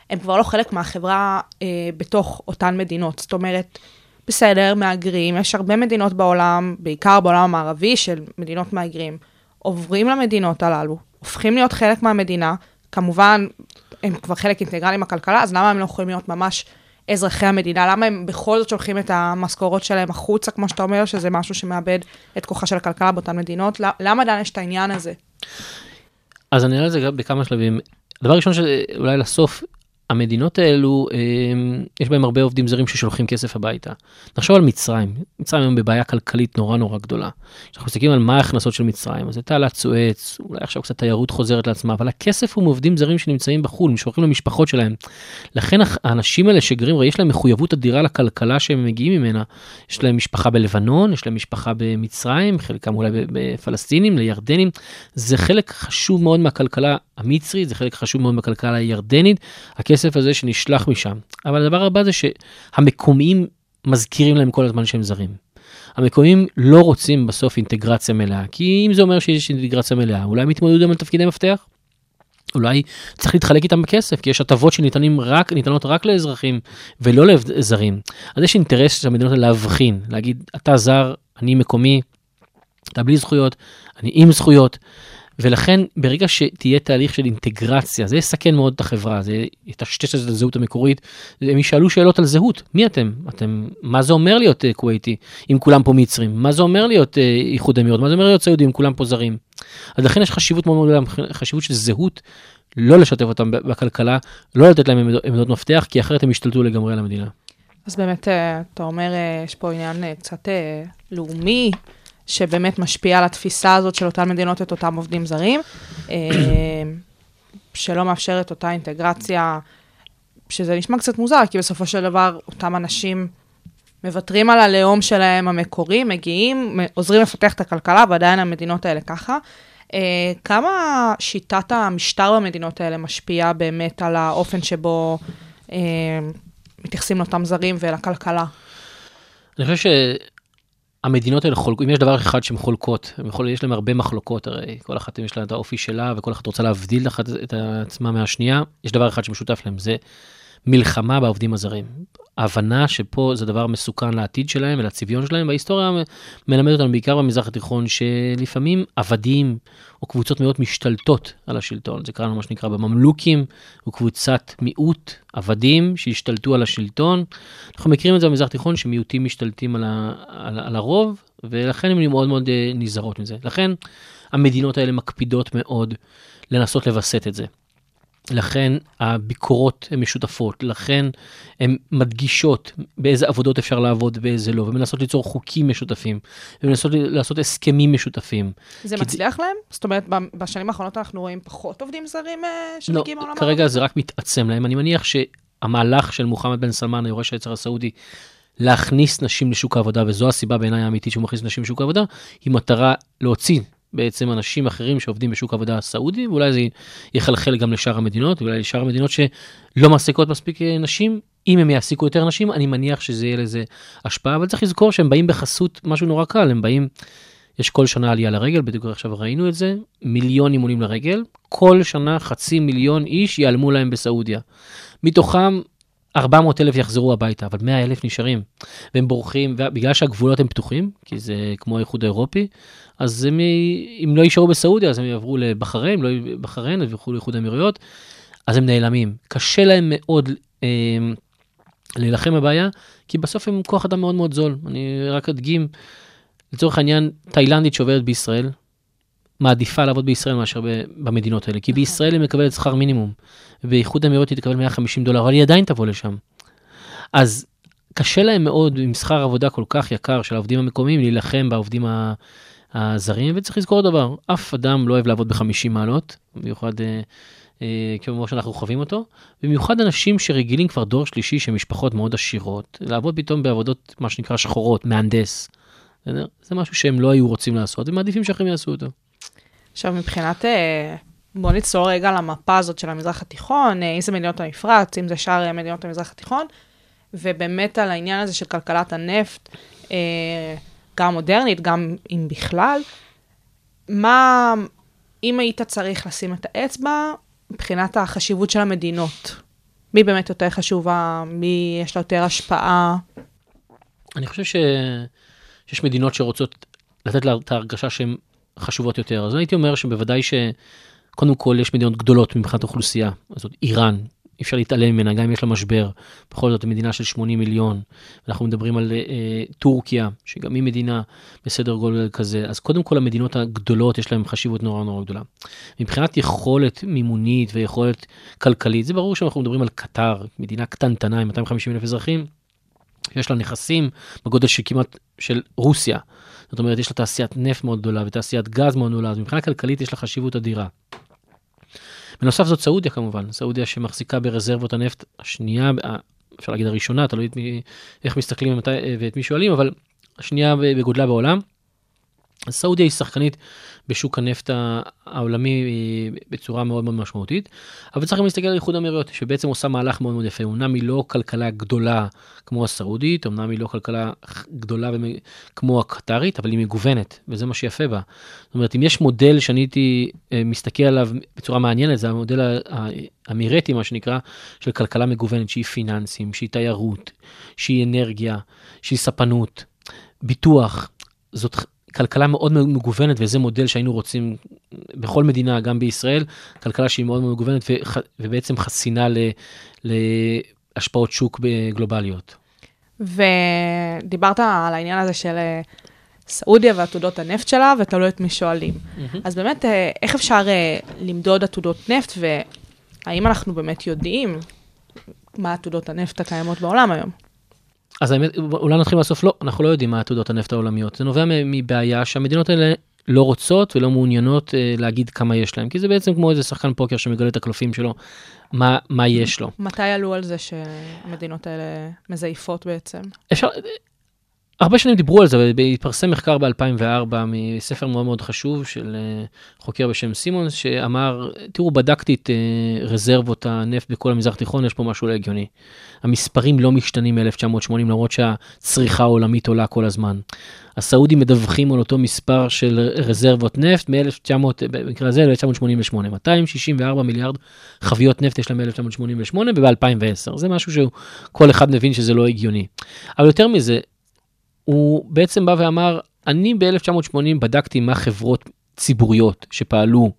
הם כבר לא חלק מהחברה בתוך אותן מדינות. זאת אומרת, בסדר, מהגרים, יש הרבה מדינות בעולם, בעיקר בעולם המערבי של מדינות מהגרים, עוברים למדינות הללו, הופכים להיות חלק מהמדינה, כמובן, הם כבר חלק אינטגרלי מהכלכלה, אז למה הם לא יכולים להיות ממש אזרחי המדינה? למה הם בכל זאת שולחים את המשכורות שלהם החוצה, כמו שאתה אומר, שזה משהו שמאבד את כוחה של הכלכלה באותן מדינות? למה עדיין יש את העניין הזה? אז אני אראה את זה גם בכמה שלבים. הדבר ראשון שאולי לסוף, המדינות האלו, יש בהם הרבה עובדים זרים ששולחים כסף הביתה. נחשוב על מצרים. מצרים היום בבעיה כלכלית נורא נורא גדולה. כשאנחנו מסתכלים על מה ההכנסות של מצרים, אז זה תעלת סואץ, אולי עכשיו קצת תיירות חוזרת לעצמה, אבל הכסף הוא מעובדים זרים שנמצאים בחו"ל, שולחים למשפחות שלהם. לכן האנשים האלה שגרים, יש להם מחויבות אדירה לכלכלה שהם מגיעים ממנה. יש להם משפחה בלבנון, יש להם משפחה במצרים, חלקם אולי בפלסטינים, לירדנים. זה חלק חשוב מאוד מהכלכלה המצרית, זה חלק חשוב מאוד מהכלכלה הירדנית. הכסף הזה שנשלח משם. אבל הדבר הבא זה שהמקומיים מזכירים להם כל הזמן שהם זרים. המקומיים לא רוצים בסוף אינטגרציה מלאה, כי אם זה אומר שיש אינטגרציה מלאה, אולי הם יתמודדו גם על תפקידי מפתח, אולי צריך להתחלק איתם בכסף, כי יש הטבות שניתנות רק לאזרחים ולא לזרים. אז יש אינטרס של המדינות להבחין, להגיד, אתה זר, אני מקומי, אתה בלי זכויות, אני עם זכויות, ולכן ברגע שתהיה תהליך של אינטגרציה, זה יסכן מאוד את החברה, זה יטשטש את הזהות המקורית, הם ישאלו שאלות על זהות, מי אתם? מה זה אומר להיות כווייתי, אם כולם פה מצרים? מה זה אומר להיות איחוד אמירויות? מה זה אומר להיות סעודי, אם כולם פה זרים? אז לכן יש חשיבות מאוד מאוד, חשיבות של זהות, לא לשתף אותם בכלכלה, לא לתת להם עמדות מפתח, כי אחרת הם ישתלטו לגמרי על המדינה. אז באמת, אתה אומר, יש פה עניין קצת לאומי, שבאמת משפיע על התפיסה הזאת של אותן מדינות את אותם עובדים זרים, שלא מאפשרת אותה אינטגרציה, שזה נשמע קצת מוזר, כי בסופו של דבר אותם אנשים מוותרים על הלאום שלהם המקורי, מגיעים, עוזרים לפתח את הכלכלה, ועדיין המדינות האלה ככה. כמה שיטת המשטר במדינות האלה משפיעה באמת על האופן שבו מתייחסים לאותם זרים ולכלכלה? אני חושב המדינות האלה חולקות, אם יש דבר אחד שהן חולקות, יש להם הרבה מחלוקות, הרי כל אחת יש לה את האופי שלה, וכל אחת רוצה להבדיל את עצמה מהשנייה, יש דבר אחד שמשותף להם, זה מלחמה בעובדים הזרים. ההבנה שפה זה דבר מסוכן לעתיד שלהם ולצביון שלהם, וההיסטוריה מלמדת אותנו בעיקר במזרח התיכון, שלפעמים עבדים או קבוצות מאוד משתלטות על השלטון, זה קראנו מה שנקרא בממלוקים, הוא קבוצת מיעוט, עבדים שהשתלטו על השלטון, אנחנו מכירים את זה במזרח התיכון, שמיעוטים משתלטים על הרוב, ולכן הם מאוד מאוד נזהרות מזה. לכן המדינות האלה מקפידות מאוד לנסות לבסט את זה. לכן הביקורות הן משותפות, לכן הן מדגישות באיזה עבודות אפשר לעבוד ובאיזה לא, ומנסות ליצור חוקים משותפים, ומנסות לעשות הסכמים משותפים. זה מצליח להם? זאת אומרת, בשנים האחרונות אנחנו רואים פחות עובדים זרים שמגיעים העולם? לא, כרגע זה רק מתעצם להם. אני מניח שהמהלך של מוחמד בן סלמן, היורש היצר הסעודי, להכניס נשים לשוק העבודה, וזו הסיבה בעיניי האמיתית שהוא מכניס נשים לשוק העבודה, היא מטרה להוציא בעצם אנשים אחרים שעובדים בשוק העבודה הסעודי, ואולי זה יחלחל גם לשאר המדינות, ואולי לשאר המדינות שלא מעסיקות מספיק נשים, אם הם יעסיקו יותר נשים, אני מניח שזה יהיה לזה השפעה, אבל צריך לזכור שהם באים בחסות משהו נורא קל, הם באים, יש כל שנה עלייה לרגל, בדיוק עכשיו ראינו את זה, 1,000,000 אימונים לרגל, כל שנה 500,000 איש ייעלמו להם בסעודיה. מתוכם 400,000 יחזרו הביתה, אבל 100,000 נשארים, והם בורחים, בגלל שהגבולות הם פתוחים, כי זה כמו האיחוד האירופי, אז אם לא יישארו בסעודיה, אז הם יעברו לבחריין, לא בחריין, אז יעברו לאיחוד האמירויות, אז הם נעלמים. קשה להם מאוד להילחם בבעיה, כי בסוף הם כוח אדם מאוד מאוד זול. אני רק אדגים, לצורך העניין, תאילנדית שעובדת בישראל, מעדיפה לעבוד בישראל מאשר במדינות האלה, כי בישראל היא מקבלת שכר מינימום, ובאיחוד האמירויות היא תקבל $150, אבל היא עדיין תבוא לשם. אז קשה להם מאוד עם שכר עבודה כל כך יקר של העובדים המקומיים, להילחם בעובדים הזרים, וצריך לזכור דבר, אף אדם לא אוהב לעבוד ב50 מעלות, במיוחד כמו שאנחנו חווים אותו, במיוחד אנשים שרגילים כבר דור שלישי של משפחות מאוד עשירות, לעבוד פתאום בעבודות מה שנקרא שחורות, מהנדס, זה משהו שהם לא היו רוצים לעשות, הם מעדיפים שאחרים יעשו אותו. עכשיו מבחינת, בוא נצלול רגע למפה הזאת של המזרח התיכון, אם זה מדינות המפרץ, אם זה שאר מדינות המזרח התיכון, ובאמת על העניין הזה של כלכלת הנפט, גם מודרנית, גם אם בכלל, מה, אם היית צריך לשים את האצבע, מבחינת החשיבות של המדינות מי באמת יותר חשובה, מי יש לה יותר השפעה? אני חושב שיש מדינות שרוצות לתת לה את ההרגשה שהן חשובות יותר. אז הייתי אומר שבוודאי שקודם כל יש מדינות גדולות מבחינת האוכלוסייה. זאת איראן, אי אפשר להתעלם ממנה, גם אם יש לה משבר. בכל זאת, מדינה של 80 מיליון. אנחנו מדברים על טורקיה, שגם היא מדינה בסדר גודל כזה. אז קודם כל המדינות הגדולות יש להן חשיבות נורא נורא גדולה. מבחינת יכולת מימונית ויכולת כלכלית, זה ברור שאנחנו מדברים על קטר, מדינה קטנטנה עם 250,000 אזרחים, יש לה נכסים בגודל שכמעט של רוסיה. זאת אומרת, יש לה תעשיית נפט מאוד גדולה ותעשיית גז מאוד גדולה, אז מבחינה כלכלית יש לה חשיבות אדירה. בנוסף זאת סעודיה כמובן, סעודיה שמחזיקה ברזרבות הנפט השנייה, אפשר להגיד הראשונה, תלוי איך מסתכלים ואת מי שואלים, אבל השנייה בגודלה בעולם. אז סעודיה היא שחקנית בשוק הנפט העולמי בצורה מאוד מאוד משמעותית, אבל צריך גם להסתכל על איחוד האמירויות, שבעצם עושה מהלך מאוד מאוד יפה. אומנם היא לא כלכלה גדולה כמו הסעודית, אומנם היא לא כלכלה גדולה כמו הקטרית, אבל היא מגוונת, וזה מה שיפה בה. זאת אומרת, אם יש מודל שאני הייתי מסתכל עליו בצורה מעניינת, זה המודל האמירתי, מה שנקרא, של כלכלה מגוונת, שהיא פיננסים, שהיא תיירות, שהיא אנרגיה, שהיא ספנות, ביטוח. זאת כלכלה מאוד מגוונת, וזה מודל שהיינו רוצים בכל מדינה, גם בישראל, כלכלה שהיא מאוד מגוונת, ובעצם חסינה להשפעות שוק גלובליות. ודיברת על העניין הזה של סעודיה ועתודות הנפט שלה, ותלוי את מי שואלים. אז באמת, איך אפשר למדוד עתודות נפט, והאם אנחנו באמת יודעים מה עתודות הנפט הקיימות בעולם היום? אז האמת, אולי נתחיל מהסוף, לא, אנחנו לא יודעים מה עתודות הנפט העולמיות. זה נובע מבעיה שהמדינות האלה לא רוצות ולא מעוניינות להגיד כמה יש להם, כי זה בעצם כמו איזה שחקן פוקר שמגלה את הקלפים שלו, מה יש לו. מתי עלו על זה שהמדינות האלה מזייפות בעצם? הרבה שנים דיברו על זה, והתפרסם מחקר ב-2004 מספר מאוד מאוד חשוב של חוקר בשם סימונס, שאמר, תראו, בדקתי את רזרבות הנפט בכל המזרח התיכון, יש פה משהו לא הגיוני. המספרים לא משתנים מ-1980, למרות שהצריכה העולמית עולה כל הזמן. הסעודים מדווחים על אותו מספר של רזרבות נפט במקרה הזה, 1988, 264 מיליארד חביות נפט יש להם ב-1988 וב-2010. זה משהו שכל אחד מבין שזה לא הגיוני. אבל יותר מזה, הוא בעצם בא ואמר, אני ב-1980 בדקתי מה חברות ציבוריות שפעלו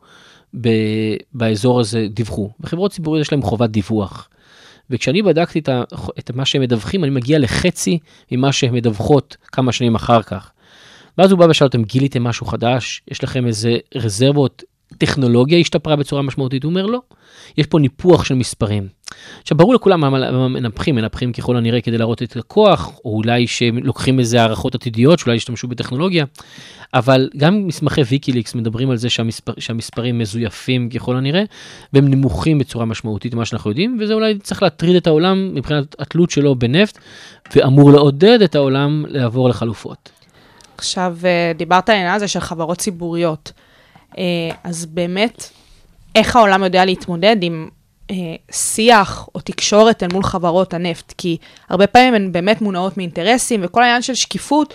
באזור הזה דיווחו. וחברות ציבוריות יש להם חובת דיווח. וכשאני בדקתי את מה שהם מדווחים, אני מגיע לחצי ממה שהם מדווחות כמה שנים אחר כך. ואז הוא בא ושאל אותם, גיליתם משהו חדש? יש לכם איזה רזרבות? טכנולוגיה השתפרה בצורה משמעותית? הוא אומר, לא. יש פה ניפוח של מספרים. עכשיו, ברור לכולם מה מנפחים ככל הנראה כדי להראות את הכוח, או אולי שלוקחים איזה הערכות עתידיות, שאולי ישתמשו בטכנולוגיה, אבל גם מסמכי ויקיליקס מדברים על זה שהמספרים מזויפים ככל הנראה, והם נמוכים בצורה משמעותית ממה שאנחנו יודעים, וזה אולי צריך להטריד את העולם מבחינת התלות שלו בנפט, ואמור לעודד את העולם לעבור לחלופות. עכשיו, דיברת על העניין הזה של חברות ציבוריות, אז באמת, איך העולם יודע להתמודד עם שיח או תקשורת אל מול חברות הנפט? כי הרבה פעמים הן באמת מונעות מאינטרסים, וכל העניין של שקיפות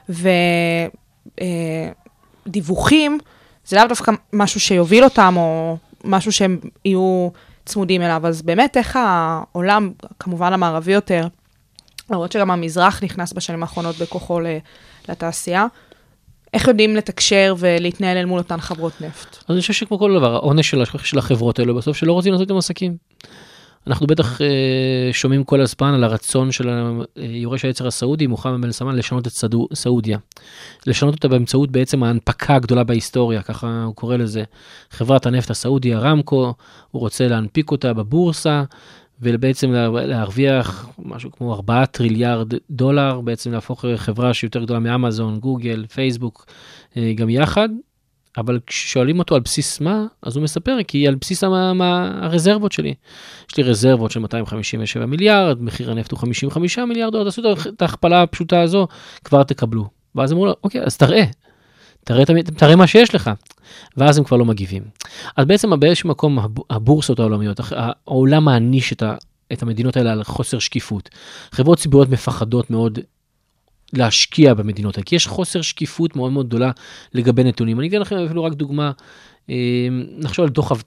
ודיווחים, זה לאו דווקא משהו שיוביל אותם, או משהו שהם יהיו צמודים אליו. אז באמת איך העולם, כמובן המערבי יותר, למרות שגם המזרח נכנס בשנים האחרונות בכוחו לתעשייה, איך יודעים לתקשר ולהתנהל אל מול אותן חברות נפט? אז אני חושב שכמו כל דבר, העונש של החברות האלו בסוף שלא רוצים לעשות עם עסקים. אנחנו בטח שומעים כל הזמן על הרצון של יורש היצר הסעודי, מוחמד בן סלמן, לשנות את סעודיה. לשנות אותה באמצעות בעצם ההנפקה הגדולה בהיסטוריה, ככה הוא קורא לזה. חברת הנפט הסעודי, הרמקו, הוא רוצה להנפיק אותה בבורסה, ובעצם להרוויח משהו כמו 4 טריליארד דולר, בעצם להפוך חברה שיותר גדולה מאמזון, גוגל, פייסבוק, גם יחד. אבל כששואלים אותו על בסיס מה, אז הוא מספר, כי על בסיס הרזרבות שלי. יש לי רזרבות של 257 מיליארד, מחיר הנפט הוא 55 מיליארד, עוד עשו את ההכפלה הפשוטה הזו, כבר תקבלו. ואז אמרו לו, אוקיי, אז תראה מה שיש לך. ואז הם כבר לא מגיבים. אז בעצם באיזשהו מקום הבורסות העולמיות, העולם מעניש את המדינות האלה על חוסר שקיפות. חברות ציבוריות מפחדות מאוד להשקיע במדינות האלה, כי יש חוסר שקיפות מאוד מאוד גדולה לגבי נתונים. אני אתן לכם אפילו רק דוגמה, נחשוב על דוח אבטלה.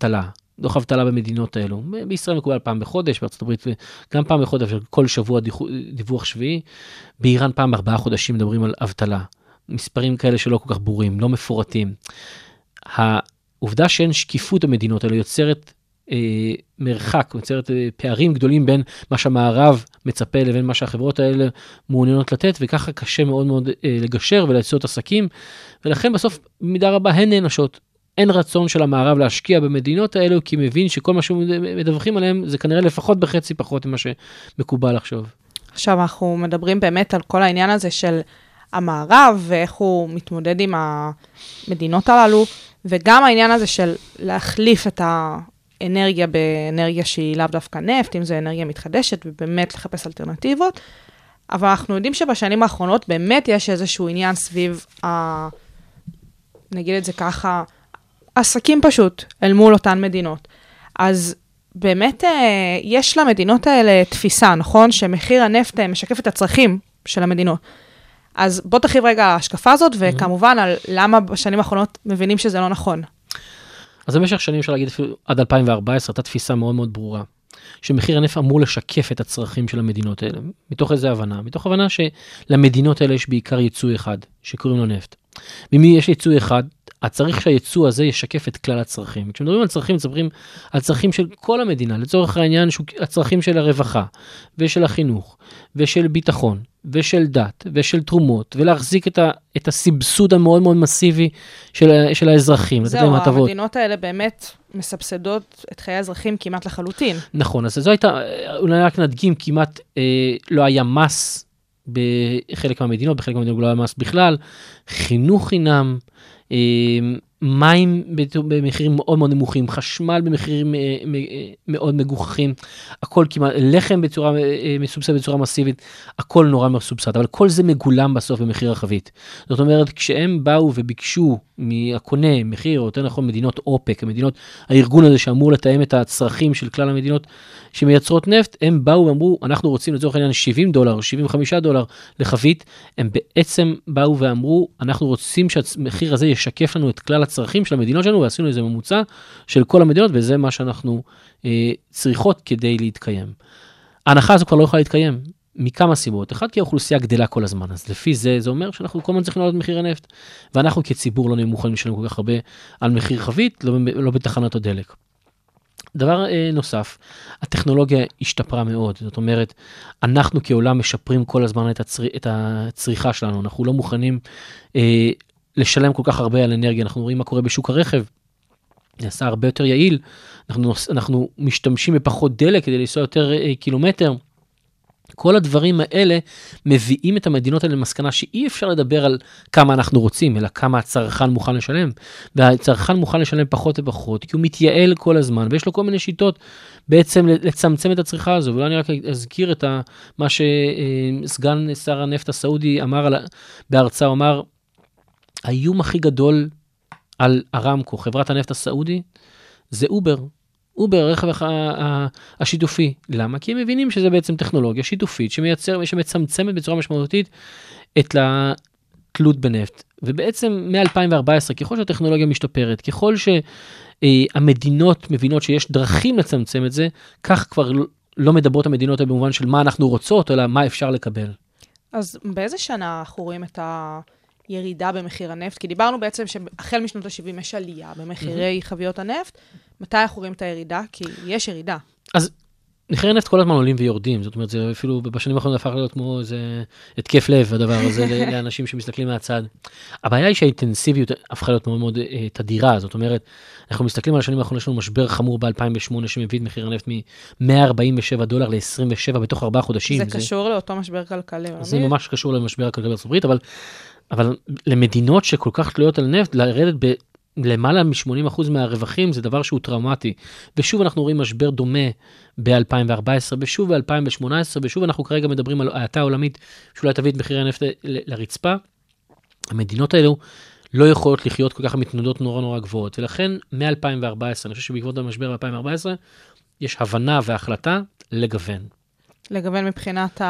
דוח אבטלה במדינות האלו. בישראל מקובל פעם בחודש, בארצות הברית גם פעם בחודש, כל שבוע דיווח שביעי. באיראן פעם 4 חודשים מדברים על אבטלה. מספרים כאלה שלא כל כך ברורים, לא מפורטים. העובדה שאין שקיפות במדינות האלו יוצרת מרחק, יוצרת פערים גדולים בין מה שהמערב מצפה לבין מה שהחברות האלה מעוניינות לתת, וככה קשה מאוד מאוד לגשר ולעשות עסקים, ולכן בסוף במידה רבה הן נענשות. אין רצון של המערב להשקיע במדינות האלו, כי מבין שכל מה שמדווחים עליהם זה כנראה לפחות בחצי פחות ממה שמקובל לחשוב. עכשיו אנחנו מדברים באמת על כל העניין הזה של המערב, ואיך הוא מתמודד עם המדינות הללו, וגם העניין הזה של להחליף את האנרגיה באנרגיה שהיא לאו דווקא נפט, אם זה אנרגיה מתחדשת, ובאמת לחפש אלטרנטיבות. אבל אנחנו יודעים שבשנים האחרונות באמת יש איזשהו עניין סביב, נגיד את זה ככה, עסקים פשוט אל מול אותן מדינות. אז באמת יש למדינות האלה תפיסה, נכון? שמחיר הנפט משקף את הצרכים של המדינות. אז בוא תרחיב רגע על ההשקפה הזאת, וכמובן על למה בשנים האחרונות מבינים שזה לא נכון. אז במשך שנים אפשר להגיד אפילו עד 2014, הייתה תפיסה מאוד מאוד ברורה, שמחיר הנפט אמור לשקף את הצרכים של המדינות האלה. מתוך איזו הבנה? מתוך הבנה שלמדינות האלה יש בעיקר ייצוא אחד, שקוראים לו נפט. ממי יש ייצוא אחד, צריך שהייצוא הזה ישקף את כלל הצרכים. כשמדברים על צרכים, מדברים על צרכים של כל המדינה, לצורך העניין, הצרכים של הרווחה, ושל החינוך, ושל ביטחון, ושל דת, ושל תרומות, ולהחזיק את הסבסוד המאוד מאוד מסיבי של האזרחים. זהו, המדינות האלה באמת מסבסדות את חיי האזרחים כמעט לחלוטין. נכון, אז זו הייתה, אולי רק נדגים, כמעט לא היה מס בחלק מהמדינות, בחלק מהמדינות לא היה מס בכלל, חינוך חינם, מים במחירים מאוד מאוד נמוכים, חשמל במחירים מאוד מגוחכים, הכל כמעט, לחם בצורה מסובסד בצורה מסיבית, הכל נורא מסובסד, אבל כל זה מגולם בסוף במחיר החבית. זאת אומרת, כשהם באו וביקשו מהקונה מחיר, או יותר נכון מדינות אופק, המדינות, הארגון הזה שאמור לתאם את הצרכים של כלל המדינות שמייצרות נפט, הם באו ואמרו, אנחנו רוצים לצורך העניין $70, $75 לחבית, הם בעצם באו ואמרו, אנחנו רוצים שהמחיר הזה ישקף לנו את כלל הצרכים של המדינות שלנו, ועשינו איזה ממוצע של כל המדינות, וזה מה שאנחנו צריכות כדי להתקיים. ההנחה הזו כבר לא יכולה להתקיים, מכמה סיבות. אחד, כי האוכלוסייה גדלה כל הזמן, אז לפי זה, זה אומר שאנחנו כל הזמן צריכים לעלות מחיר הנפט, ואנחנו כציבור לא נהיה מוכנים לשלם כל כך הרבה על מחיר חבית, לא בתחנת הדלק. דבר נוסף, הטכנולוגיה השתפרה מאוד, זאת אומרת, אנחנו כעולם משפרים כל הזמן את הצריכה שלנו, אנחנו לא מוכנים לשלם כל כך הרבה על אנרגיה, אנחנו רואים מה קורה בשוק הרכב, נעשה הרבה יותר יעיל, אנחנו משתמשים בפחות דלק כדי לנסוע יותר קילומטר, כל הדברים האלה מביאים את המדינות האלה למסקנה שאי אפשר לדבר על כמה אנחנו רוצים, אלא כמה הצרכן מוכן לשלם. והצרכן מוכן לשלם פחות ופחות, כי הוא מתייעל כל הזמן, ויש לו כל מיני שיטות בעצם לצמצם את הצריכה הזו. ואולי אני רק אזכיר את מה שסגן שר הנפט הסעודי אמר בהרצאה, הוא אמר, האיום הכי גדול על ארמקו, חברת הנפט הסעודי, זה אובר. אובר, הרכב השיתופי. למה? כי הם מבינים שזה בעצם טכנולוגיה שיתופית שמצמצמת בצורה משמעותית את התלות בנפט. ובעצם מ-2014, ככל שהטכנולוגיה משתפרת, ככל שהמדינות מבינות שיש דרכים לצמצם את זה, כך כבר לא מדברות המדינות במובן של מה אנחנו רוצות, אלא מה אפשר לקבל. אז באיזה שנה אנחנו רואים את הירידה במחיר הנפט? כי דיברנו בעצם שהחל משנות ה-70 יש עלייה במחירי חביות הנפט. מתי אנחנו רואים את הירידה? כי יש ירידה. אז מחירי נפט כל הזמן עולים ויורדים, זאת אומרת, זה אפילו בשנים האחרונות הפך להיות כמו איזה התקף לב, הדבר הזה, לאנשים שמסתכלים מהצד. הבעיה היא שהאינטנסיביות הפכה להיות מאוד מאוד תדירה, זאת אומרת, אנחנו מסתכלים על השנים האחרונות, יש לנו משבר חמור ב-2008, שמביא את מחיר הנפט מ-$147 ל-27 בתוך 4 חודשים. זה קשור לאותו משבר כלכלי. זה ממש קשור למשבר הכלכלי בארצות הברית, אבל למדינות שכל כך תלויות על נפט, לרדת למעלה מ-80% מהרווחים, זה דבר שהוא טראומטי. ושוב אנחנו רואים משבר דומה ב-2014, ושוב ב-2018, ושוב אנחנו כרגע מדברים על האטה עולמית, שאולי תביא את מחירי הנפט לרצפה. המדינות האלו לא יכולות לחיות כל כך מתנודות נורא נורא גבוהות, ולכן מ-2014, אני חושב שבעקבות המשבר ב-2014, יש הבנה והחלטה לגוון. לגוון מבחינת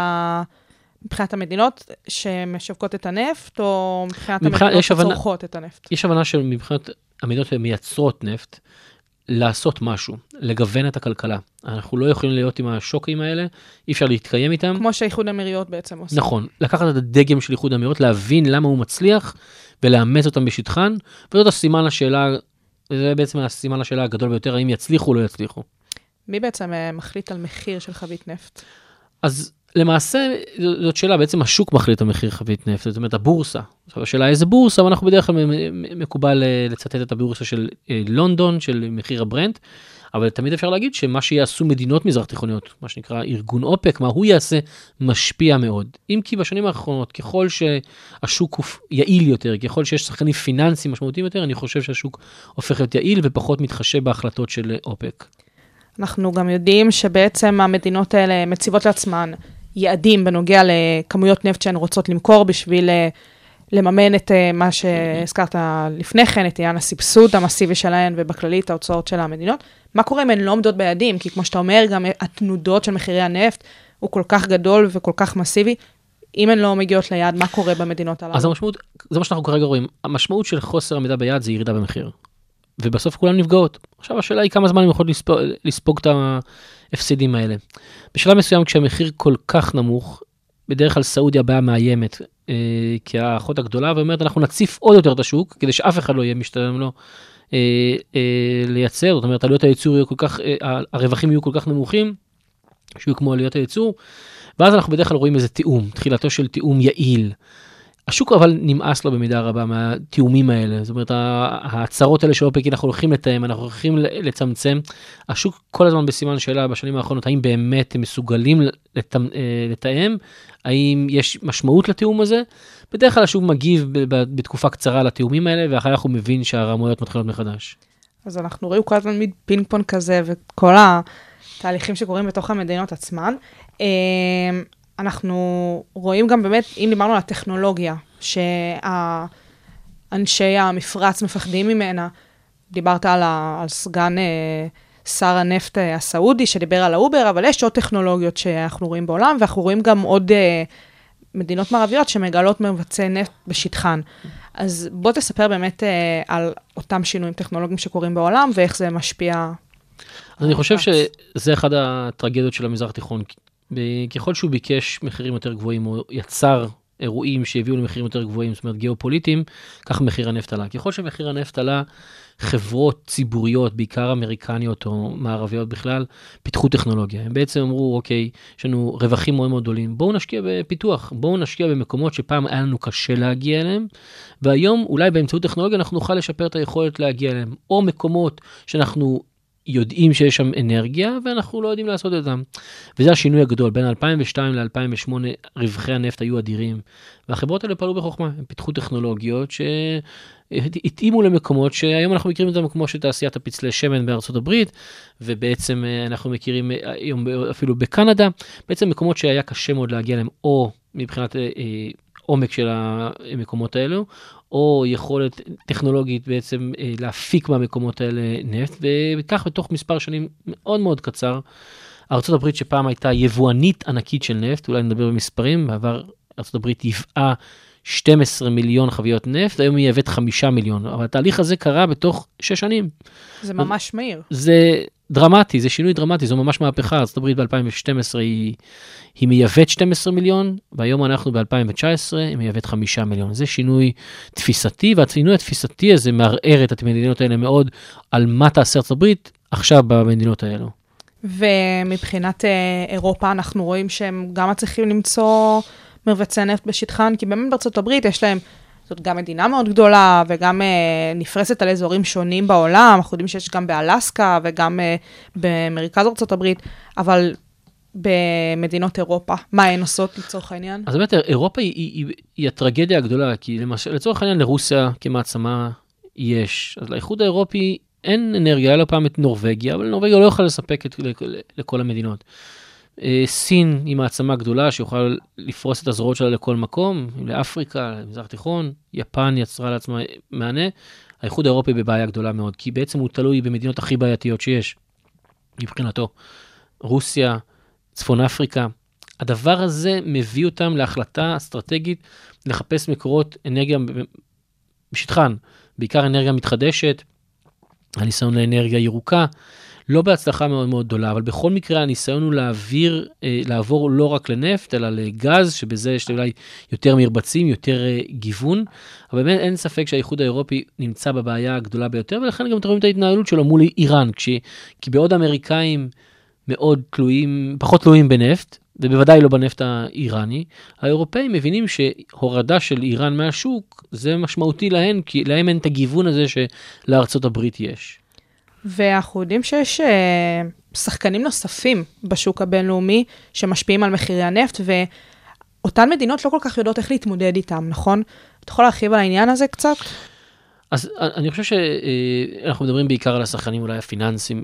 המדינות שמשווקות את הנפט, או מבחינת המדינות שצורכות את הנפט? יש הבנה שמבחינת המדינות שמייצרות נפט, לעשות משהו, לגוון את הכלכלה. אנחנו לא יכולים להיות עם השוקים האלה, אי אפשר להתקיים איתם. כמו שאיחוד אמירויות בעצם עושה. נכון, לקחת את הדגם של איחוד האמירויות, להבין למה הוא מצליח, ולאמץ אותם בשטחן, וזאת הסימן לשאלה, זה בעצם הסימן לשאלה הגדול ביותר, האם יצליחו או לא יצליחו. מי בעצם מחליט על מחיר של חבית נפט? אז למעשה, זאת שאלה, בעצם השוק מחליט על מחיר חבית נפט, זאת אומרת, הבורסה. עכשיו, השאלה איזה בורסה, ואנחנו בדרך כלל מקובל לצטט את הבורסה של לונדון, של מחיר הברנט, אבל תמיד אפשר להגיד שמה שיעשו מדינות מזרח תיכוניות, מה שנקרא ארגון אופק, מה הוא יעשה, משפיע מאוד. אם כי בשנים האחרונות, ככל שהשוק הוא יעיל יותר, ככל שיש שחקנים פיננסיים משמעותיים יותר, אני חושב שהשוק הופך להיות יעיל ופחות מתחשב בהחלטות של אופק. אנחנו גם יודעים שבעצם המדינות האלה מציבות לעצמן יעדים בנוגע לכמויות נפט שהן רוצות למכור בשביל לממן את מה שהזכרת לפני כן, את עניין הסבסוד המסיבי שלהן ובכללית ההוצאות של המדינות. מה קורה אם הן לא עומדות ביעדים? כי כמו שאתה אומר, גם התנודות של מחירי הנפט הוא כל כך גדול וכל כך מסיבי. אם הן לא מגיעות ליעד, מה קורה במדינות הללו? אז המשמעות, זה מה שאנחנו כרגע רואים. המשמעות של חוסר עמידה ביעד זה ירידה במחיר. ובסוף כולם נפגעות. עכשיו השאלה היא כמה זמן הם יכולים לספוג את ההפסדים האלה. בשלב מסוים כשהמחיר כל כך נמוך, בדרך כלל סעודיה באה מאיימת, כי האחות הגדולה, ואומרת אנחנו נציף עוד יותר את השוק, כדי שאף אחד לא יהיה משתלם לו לייצר, זאת אומרת עלויות הייצור יהיו כל כך, הרווחים יהיו כל כך נמוכים, שיהיו כמו עלויות הייצור, ואז אנחנו בדרך כלל רואים איזה תיאום, תחילתו של תיאום יעיל. השוק אבל נמאס לו במידה רבה מהתיאומים האלה, זאת אומרת, ההצהרות האלה של אופק, אנחנו הולכים לתאם, אנחנו הולכים לצמצם, השוק כל הזמן בסימן שאלה בשנים האחרונות, האם באמת הם מסוגלים לתאם, האם יש משמעות לתיאום הזה, בדרך כלל השוק מגיב בתקופה קצרה לתיאומים האלה, ואחר כך הוא מבין שהרמויות מתחילות מחדש. אז אנחנו רואים כל הזמן פינג פונג כזה, וכל התהליכים שקורים בתוך המדינות עצמן, אנחנו רואים גם באמת, אם דיברנו על הטכנולוגיה, שאנשי המפרץ מפחדים ממנה, דיברת על סגן שר הנפט הסעודי, שדיבר על האובר, אבל יש עוד טכנולוגיות שאנחנו רואים בעולם, ואנחנו רואים גם עוד מדינות מערביות שמגלות מבצעי נפט בשטחן. אז בוא תספר באמת על אותם שינויים טכנולוגיים שקורים בעולם, ואיך זה משפיע. אז אני חושב שזה אחד הטרגדיות של המזרח התיכון, ככל שהוא ביקש מחירים יותר גבוהים, או יצר אירועים שהביאו למחירים יותר גבוהים, זאת אומרת גיאופוליטיים, כך מחיר הנפט עלה. ככל שמחיר הנפט עלה, חברות ציבוריות, בעיקר אמריקניות או מערביות בכלל, פיתחו טכנולוגיה. הם בעצם אמרו, אוקיי, יש לנו רווחים מאוד מאוד גדולים, בואו נשקיע בפיתוח, בואו נשקיע במקומות שפעם היה לנו קשה להגיע אליהם, והיום אולי באמצעות טכנולוגיה אנחנו נוכל לשפר את היכולת להגיע אליהם, או מקומות שאנחנו יודעים שיש שם אנרגיה, ואנחנו לא יודעים לעשות אותם. וזה השינוי הגדול. בין 2002 ל-2008, רווחי הנפט היו אדירים, והחברות האלה פעלו בחוכמה. הם פיתחו טכנולוגיות שהתאימו למקומות שהיום אנחנו מכירים אותם כמו שתעשיית הפצלי שמן בארצות הברית, ובעצם אנחנו מכירים היום אפילו בקנדה, בעצם מקומות שהיה קשה מאוד להגיע להם, או מבחינת עומק של המקומות האלו, או יכולת טכנולוגית בעצם להפיק מהמקומות האלה נפט, וכך בתוך מספר שנים מאוד מאוד קצר, ארצות הברית שפעם הייתה יבואנית ענקית של נפט, אולי נדבר במספרים, בעבר ארצות הברית יבאה 12 מיליון חביות נפט, היום היא יבאת 5 מיליון, אבל התהליך הזה קרה בתוך 6 שנים. זה ממש מהיר. זה דרמטי, זה שינוי דרמטי, זו ממש מהפכה. ארצות הברית ב-2012 היא מייבאת 12 מיליון, והיום אנחנו ב-2019 היא מייבאת 5 מיליון. זה שינוי תפיסתי, והשינוי התפיסתי הזה מערער את המדינות האלה מאוד על מה תעשה ארצות הברית עכשיו במדינות האלו. ומבחינת אירופה אנחנו רואים שהם גם מצליחים למצוא מרבצי נפט בשטחן, כי באמת בארצות הברית יש להם, זאת גם מדינה מאוד גדולה, וגם נפרסת על אזורים שונים בעולם, אנחנו יודעים שיש גם באלסקה, וגם במרכז ארצות הברית, אבל במדינות אירופה, מה הן עושות לצורך העניין? אז באמת, אירופה היא הטרגדיה הגדולה, כי לצורך העניין לרוסיה כמעצמה יש, אז לאיחוד האירופי אין אנרגיה, היה לו פעם את נורווגיה, אבל נורווגיה לא יכולה לספק לכל המדינות. סין היא מעצמה גדולה שיוכל לפרוס את הזרועות שלה לכל מקום, לאפריקה, למזרח תיכון, יפן יצרה לעצמה מענה, האיחוד האירופי בבעיה גדולה מאוד, כי בעצם הוא תלוי במדינות הכי בעייתיות שיש, מבחינתו, רוסיה, צפון אפריקה, הדבר הזה מביא אותם להחלטה אסטרטגית לחפש מקורות אנרגיה בשטחן, בעיקר אנרגיה מתחדשת, הניסיון לאנרגיה ירוקה, לא בהצלחה מאוד מאוד גדולה, אבל בכל מקרה הניסיון הוא לעבור לא רק לנפט, אלא לגז, שבזה יש אולי יותר מרבצים, יותר גיוון, אבל באמת אין ספק שהאיחוד האירופי נמצא בבעיה הגדולה ביותר, ולכן גם תראו את ההתנהלות שלו מול איראן, כי בעוד האמריקאים מאוד פחות תלויים בנפט, ובוודאי לא בנפט האיראני, האירופאים מבינים שהורדה של איראן מהשוק, זה משמעותי להן, כי להם אין את הגיוון הזה שלארצות הברית יש. ואנחנו יודעים שיש שחקנים נוספים בשוק הבינלאומי שמשפיעים על מחירי הנפט, ואותן מדינות לא כל כך יודעות איך להתמודד איתם, נכון? אתה יכול להרחיב על העניין הזה קצת? אז אני חושב שאנחנו מדברים בעיקר על השחקנים אולי הפיננסיים.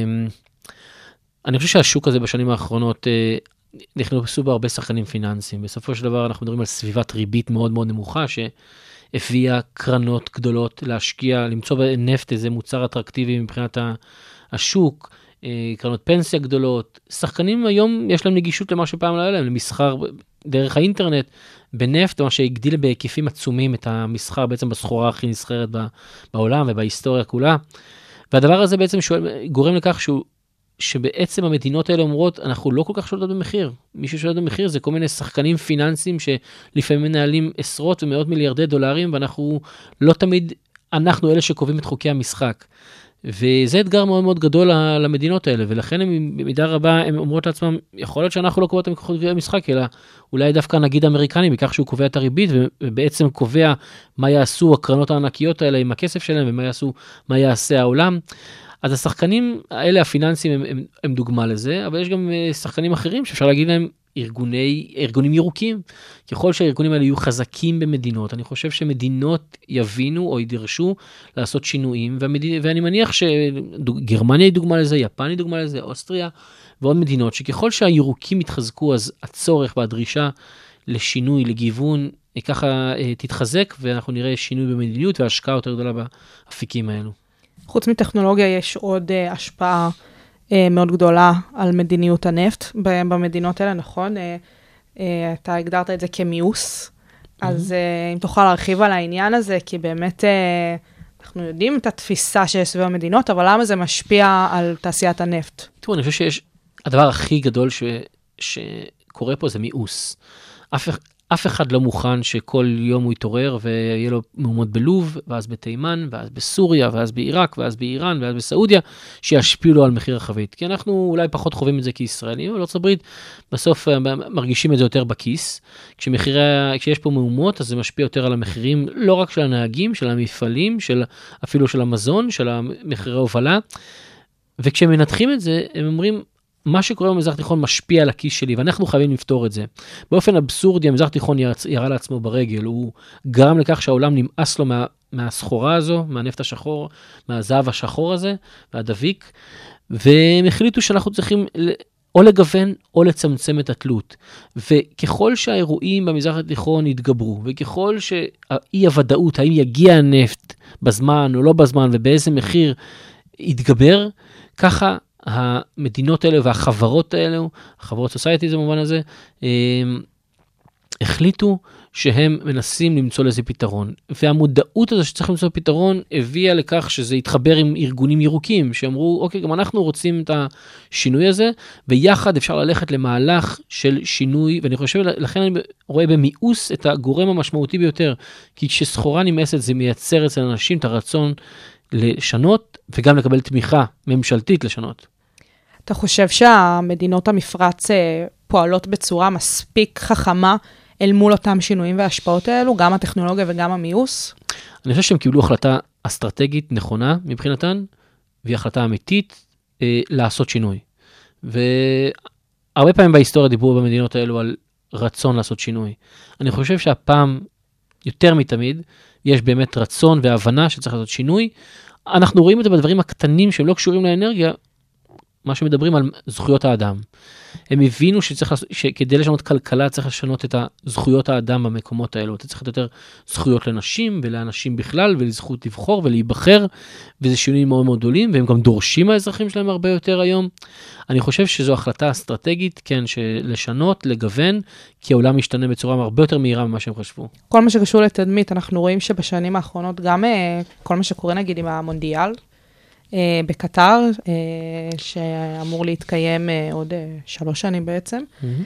אני חושב שהשוק הזה בשנים האחרונות נכנסו בהרבה שחקנים פיננסיים. בסופו של דבר אנחנו מדברים על סביבת ריבית מאוד מאוד נמוכה, הביאה קרנות גדולות להשקיע, למצוא בנפט איזה מוצר אטרקטיבי מבחינת השוק, קרנות פנסיה גדולות. שחקנים היום יש להם נגישות למה שפעם לא היה להם, למסחר דרך האינטרנט, בנפט, מה שהגדיל בהיקפים עצומים את המסחר בעצם בסחורה הכי נסחרת בעולם ובהיסטוריה כולה. והדבר הזה בעצם גורם לכך שבעצם המדינות האלה אומרות, אנחנו לא כל כך שולטות במחיר. מי ששולט במחיר זה כל מיני שחקנים פיננסיים שלפעמים מנהלים עשרות ומאות מיליארדי דולרים, ואנחנו לא תמיד, אנחנו אלה שקובעים את חוקי המשחק. וזה אתגר מאוד מאוד גדול למדינות האלה, ולכן הם במידה רבה, הם אומרות לעצמם, יכול להיות שאנחנו לא קובעות את חוקי המשחק, אלא אולי דווקא נגיד אמריקני, בכך שהוא קובע את הריבית, ובעצם קובע מה יעשו הקרנות הענקיות האלה עם הכסף שלהם, ומה יעשה העולם. אז השחקנים האלה, הפיננסיים, הם דוגמה לזה, אבל יש גם שחקנים אחרים שאפשר להגיד להם ארגונים ירוקים. ככל שהארגונים האלה יהיו חזקים במדינות, אני חושב שמדינות יבינו או ידרשו לעשות שינויים, ואני מניח שגרמניה היא דוגמה לזה, יפן היא דוגמה לזה, אוסטריה, ועוד מדינות, שככל שהירוקים יתחזקו, אז הצורך והדרישה לשינוי, לגיוון, ככה תתחזק, ואנחנו נראה שינוי במדיניות והשקעה יותר גדולה באפיקים האלו. חוץ מטכנולוגיה יש עוד השפעה מאוד גדולה על מדיניות הנפט במדינות האלה, נכון? אתה הגדרת את זה כמיוס, אז אם תוכל להרחיב על העניין הזה, כי באמת אנחנו יודעים את התפיסה שיש סביב המדינות, אבל למה זה משפיע על תעשיית הנפט? תראו, אני חושב שיש, הדבר הכי גדול שקורה פה זה מיוס. אף אחד לא מוכן שכל יום הוא יתעורר ויהיה לו מהומות בלוב, ואז בתימן, ואז בסוריה, ואז בעיראק, ואז באיראן, ואז בסעודיה, שישפיעו לו על מחיר החבית. כי אנחנו אולי פחות חווים את זה כישראלים, אבל ארצות הברית בסוף מרגישים את זה יותר בכיס. כשיש פה מהומות, אז זה משפיע יותר על המחירים, לא רק של הנהגים, של המפעלים, אפילו של המזון, של מחירי הובלה. וכשהם מנתחים את זה, הם אומרים, מה שקורה במזרח תיכון משפיע על הכיס שלי, ואנחנו חייבים לפתור את זה. באופן אבסורדי, המזרח תיכון ירה לעצמו ברגל, הוא גרם לכך שהעולם נמאס לו מהסחורה הזו, מהנפט השחור, מהזהב השחור הזה, מהדביק, והם החליטו שאנחנו צריכים או לגוון או לצמצם את התלות. וככל שהאירועים במזרח התיכון יתגברו, וככל שהאי הוודאות, האם יגיע הנפט בזמן או לא בזמן, ובאיזה מחיר יתגבר, ככה המדינות האלה והחברות האלו, החברות סוסייטיז במובן הזה, החליטו שהם מנסים למצוא לזה פתרון. והמודעות הזו שצריך למצוא פתרון, הביאה לכך שזה יתחבר עם ארגונים ירוקים, שאמרו, אוקיי, גם אנחנו רוצים את השינוי הזה, ויחד אפשר ללכת למהלך של שינוי, ואני חושב, לכן אני רואה במיאוס את הגורם המשמעותי ביותר, כי כשסחורה נמאסת, זה מייצר אצל אנשים את הרצון לשנות, וגם לקבל תמיכה ממשלתית לשנות. אתה חושב שהמדינות המפרץ פועלות בצורה מספיק חכמה אל מול אותם שינויים וההשפעות האלו, גם הטכנולוגיה וגם המיוס? אני חושב שהם קיבלו החלטה אסטרטגית נכונה מבחינתן, והיא החלטה אמיתית לעשות שינוי. והרבה פעמים בהיסטוריה דיברו במדינות האלו על רצון לעשות שינוי. אני חושב שהפעם יותר מתמיד, יש באמת רצון והבנה שצריך לעשות שינוי. אנחנו רואים את זה בדברים הקטנים שהם לא קשורים לאנרגיה, מה שמדברים על זכויות האדם. הם הבינו שכדי לשנות כלכלה צריך לשנות את זכויות האדם במקומות האלו. אתה צריך יותר זכויות לנשים ולאנשים בכלל, ולזכות לבחור ולהיבחר, וזה שינויים מאוד מאוד גדולים, והם גם דורשים מהאזרחים שלהם הרבה יותר היום. אני חושב שזו החלטה אסטרטגית, כן, לשנות, לגוון, כי העולם משתנה בצורה הרבה יותר מהירה ממה שהם חשבו. כל מה שקשור לתדמית, אנחנו רואים שבשנים האחרונות, גם כל מה שקורה נגיד עם המונדיאל, בקטר, שאמור להתקיים עוד 3 שנים בעצם.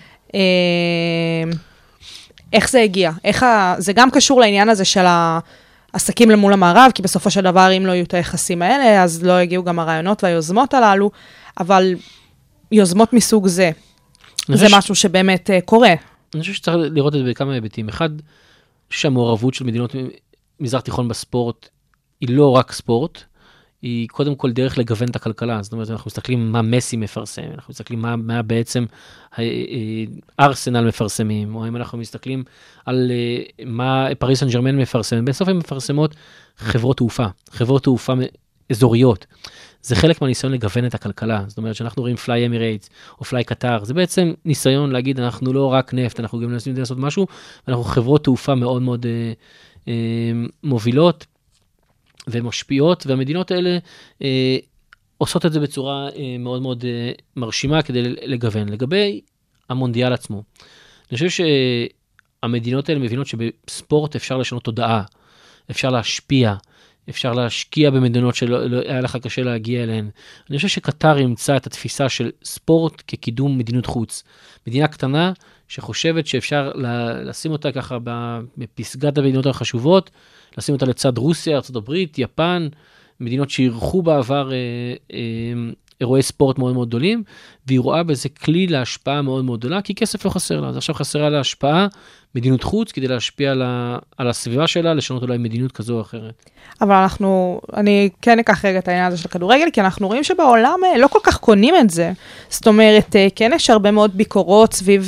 איך זה הגיע? זה גם קשור לעניין הזה של העסקים למול המערב, כי בסופו של דבר, אם לא יהיו את היחסים האלה, אז לא הגיעו גם הרעיונות והיוזמות הללו, אבל יוזמות מסוג זה, זה משהו שבאמת קורה. אני חושב שצריך לראות את זה בכמה היבטים. אחד, שהמעורבות של מדינות מזרח תיכון בספורט, היא לא רק ספורט, היא קודם כל דרך לגוון את הכלכלה. זאת אומרת, אנחנו מסתכלים מה מסי מפרסם, אנחנו מסתכלים מה בעצם ארסנל מפרסמים, או אם אנחנו מסתכלים על מה פריס סן ז'רמן מפרסם. בסוף הן מפרסמות חברות תעופה אזוריות. זה חלק מהניסיון לגוון את הכלכלה. זאת אומרת, שאנחנו רואים פליי אמירייטס או פליי קטר, זה בעצם ניסיון להגיד, אנחנו לא רק נפט, אנחנו גם מנסים לעשות משהו, ואנחנו חברות תעופה מאוד מאוד מובילות ומשפיעות, והמדינות האלה עושות את זה בצורה מאוד מאוד מרשימה כדי לגוון. לגבי המונדיאל עצמו, אני חושב שהמדינות האלה מבינות שבספורט אפשר לשנות תודעה, אפשר להשפיע, אפשר להשקיע במדינות שלא היה לך קשה להגיע אליהן. אני חושב שקטר ימצא את התפיסה של ספורט כקידום מדיניות חוץ. מדינה קטנה שחושבת שאפשר לשים אותה ככה בפסגת המדינות החשובות, לשים אותה לצד רוסיה, ארצות הברית, יפן, מדינות שירחו בעבר אירועי ספורט מאוד מאוד גדולים, והיא רואה בזה כלי להשפעה מאוד מאוד גדולה, כי כסף לא חסר לה. אז עכשיו חסרה לה השפעה, מדיניות חוץ, כדי להשפיע על הסביבה שלה, לשנות אולי מדיניות כזו או אחרת. אבל אני כן אקח רגע את העניין הזה של הכדורגל, כי אנחנו רואים שבעולם לא כל כך קונים את זה. זאת אומרת, כן יש הרבה מאוד ביקורות סביב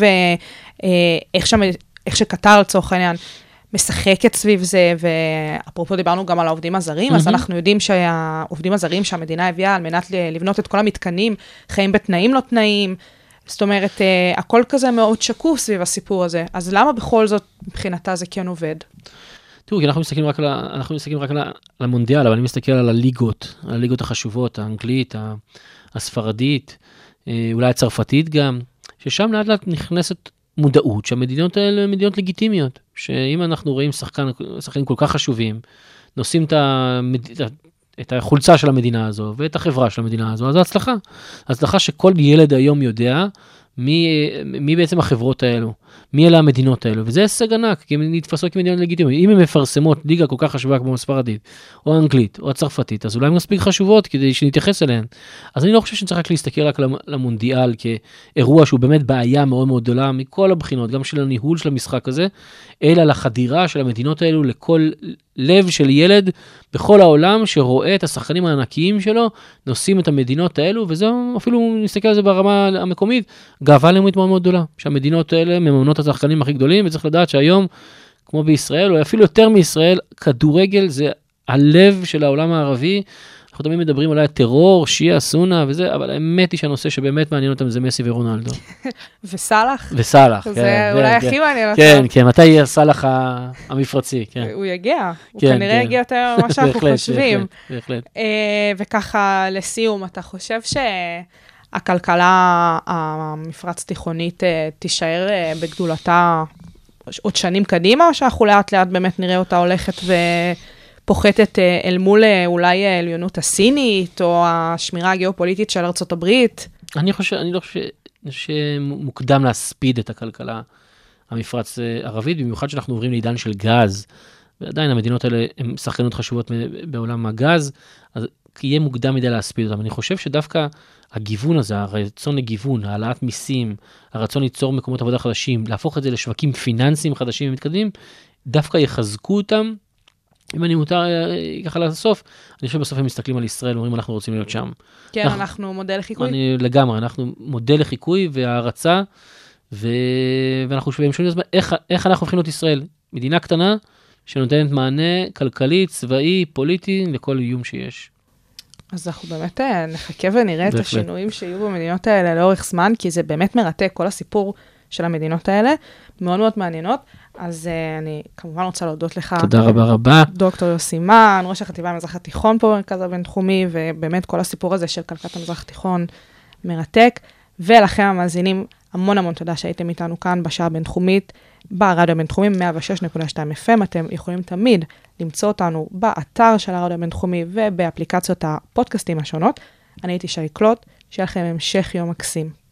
איך שקטר לצורך העניין, משחקת סביב זה, ואפרופו דיברנו גם על העובדים הזרים, אז אנחנו יודעים שהעובדים הזרים שהמדינה הביאה על מנת לבנות את כל המתקנים, חיים בתנאים לא תנאים, זאת אומרת, הכל כזה מאוד שקוף סביב הסיפור הזה, אז למה בכל זאת מבחינתה זה כן עובד? תראו, כי אנחנו מסתכלים רק על המונדיאל, אבל אני מסתכל על הליגות החשובות, האנגלית, הספרדית, אולי הצרפתית גם, ששם לאט לאט נכנסת מודעות שהמדינות האלה הן מדינות לגיטימיות, שאם אנחנו רואים שחקנים כל כך חשובים, נושאים את החולצה של המדינה הזו, ואת החברה של המדינה הזו, אז זה הצלחה שכל ילד היום יודע מי בעצם החברות האלו, מי אלה המדינות האלו, וזה הישג ענק, כי הם נתפסו כמדינות לגיטימיות. אם הם מפרסמות ליגה כל כך חשובה כמו הספרדית, או האנגלית, או הצרפתית, אז אולי הם מספיק חשובות כדי שנתייחס אליהן. אז אני לא חושב שצריך רק להסתכל רק למונדיאל כאירוע שהוא באמת בעיה מאוד מאוד גדולה, מכל הבחינות, גם של הניהול של המשחק הזה, אלא לחדירה של המדינות האלו לכל לב של ילד בכל העולם שרואה את השחקנים הענקיים שלו, נושאים את המדינות האלו, וזהו, אפילו נסתכל על זה ברמה המקומית, גאווה לאומית מאוד מאוד גדולה, שהמדינות האלה מממנות את השחקנים הכי גדולים, וצריך לדעת שהיום, כמו בישראל, או אפילו יותר מישראל, כדורגל זה הלב של העולם הערבי, אנחנו תמיד מדברים אולי טרור, שיעה, סונה וזה, אבל האמת היא שהנושא שבאמת מעניין אותם זה מסי ורונלדו. וסלח? וסלח, כן. זה אולי הכי מעניין אותם. כן, כן, מתי יהיה סלח המפרצי, כן. הוא יגיע, הוא כנראה יגיע יותר ממה שאנחנו חושבים. בהחלט. וככה, לסיום, אתה חושב שהכלכלה המפרץ תיכונית תישאר בגדולתה עוד שנים קדימה, או שאנחנו לאט לאט באמת נראה אותה הולכת פוחתת אל מול אולי העליונות הסינית, או השמירה הגיאופוליטית של ארצות הברית? אני לא חושב שמוקדם להספיד את הכלכלה המפרץ ערבית, במיוחד שאנחנו עוברים לעידן של גז, ועדיין המדינות האלה הן שחקנות חשובות בעולם הגז, אז יהיה מוקדם מדי להספיד אותם. אני חושב שדווקא הגיוון הזה, הרצון לגיוון, העלאת מיסים, הרצון ליצור מקומות עבודה חדשים, להפוך את זה לשווקים פיננסיים חדשים ומתקדמים, דווקא יחזקו אותם. אם אני מותר ככה לסוף, אני חושב בסוף הם מסתכלים על ישראל, אומרים אנחנו רוצים להיות שם. כן, אנחנו מודל לחיקוי. לגמרי, אנחנו מודל לחיקוי והערצה, ואנחנו שווים שונים, איך אנחנו הופכים להיות ישראל? מדינה קטנה שנותנת מענה כלכלי, צבאי, פוליטי, לכל איום שיש. אז אנחנו באמת נחכה ונראה את השינויים שיהיו במדינות האלה לאורך זמן, כי זה באמת מרתק, כל הסיפור של המדינות האלה, מאוד מאוד מעניינות. אז אני כמובן רוצה להודות לך. תודה רבה רבה. דוקטור יוסי מן, ראש החטיבה המזרח התיכון פה במרכז הבינתחומי, ובאמת כל הסיפור הזה של כלכלת המזרח התיכון מרתק. ולכם המאזינים, המון המון תודה שהייתם איתנו כאן בשעה הבינתחומית. ברדיו הבינתחומי 106.2 FM. אתם יכולים תמיד למצוא אותנו באתר של הרדיו הבינתחומי ובאפליקציות הפודקאסטים השונות. אני הייתי שי קלוט, שיהיה לכם המשך יום מקסים.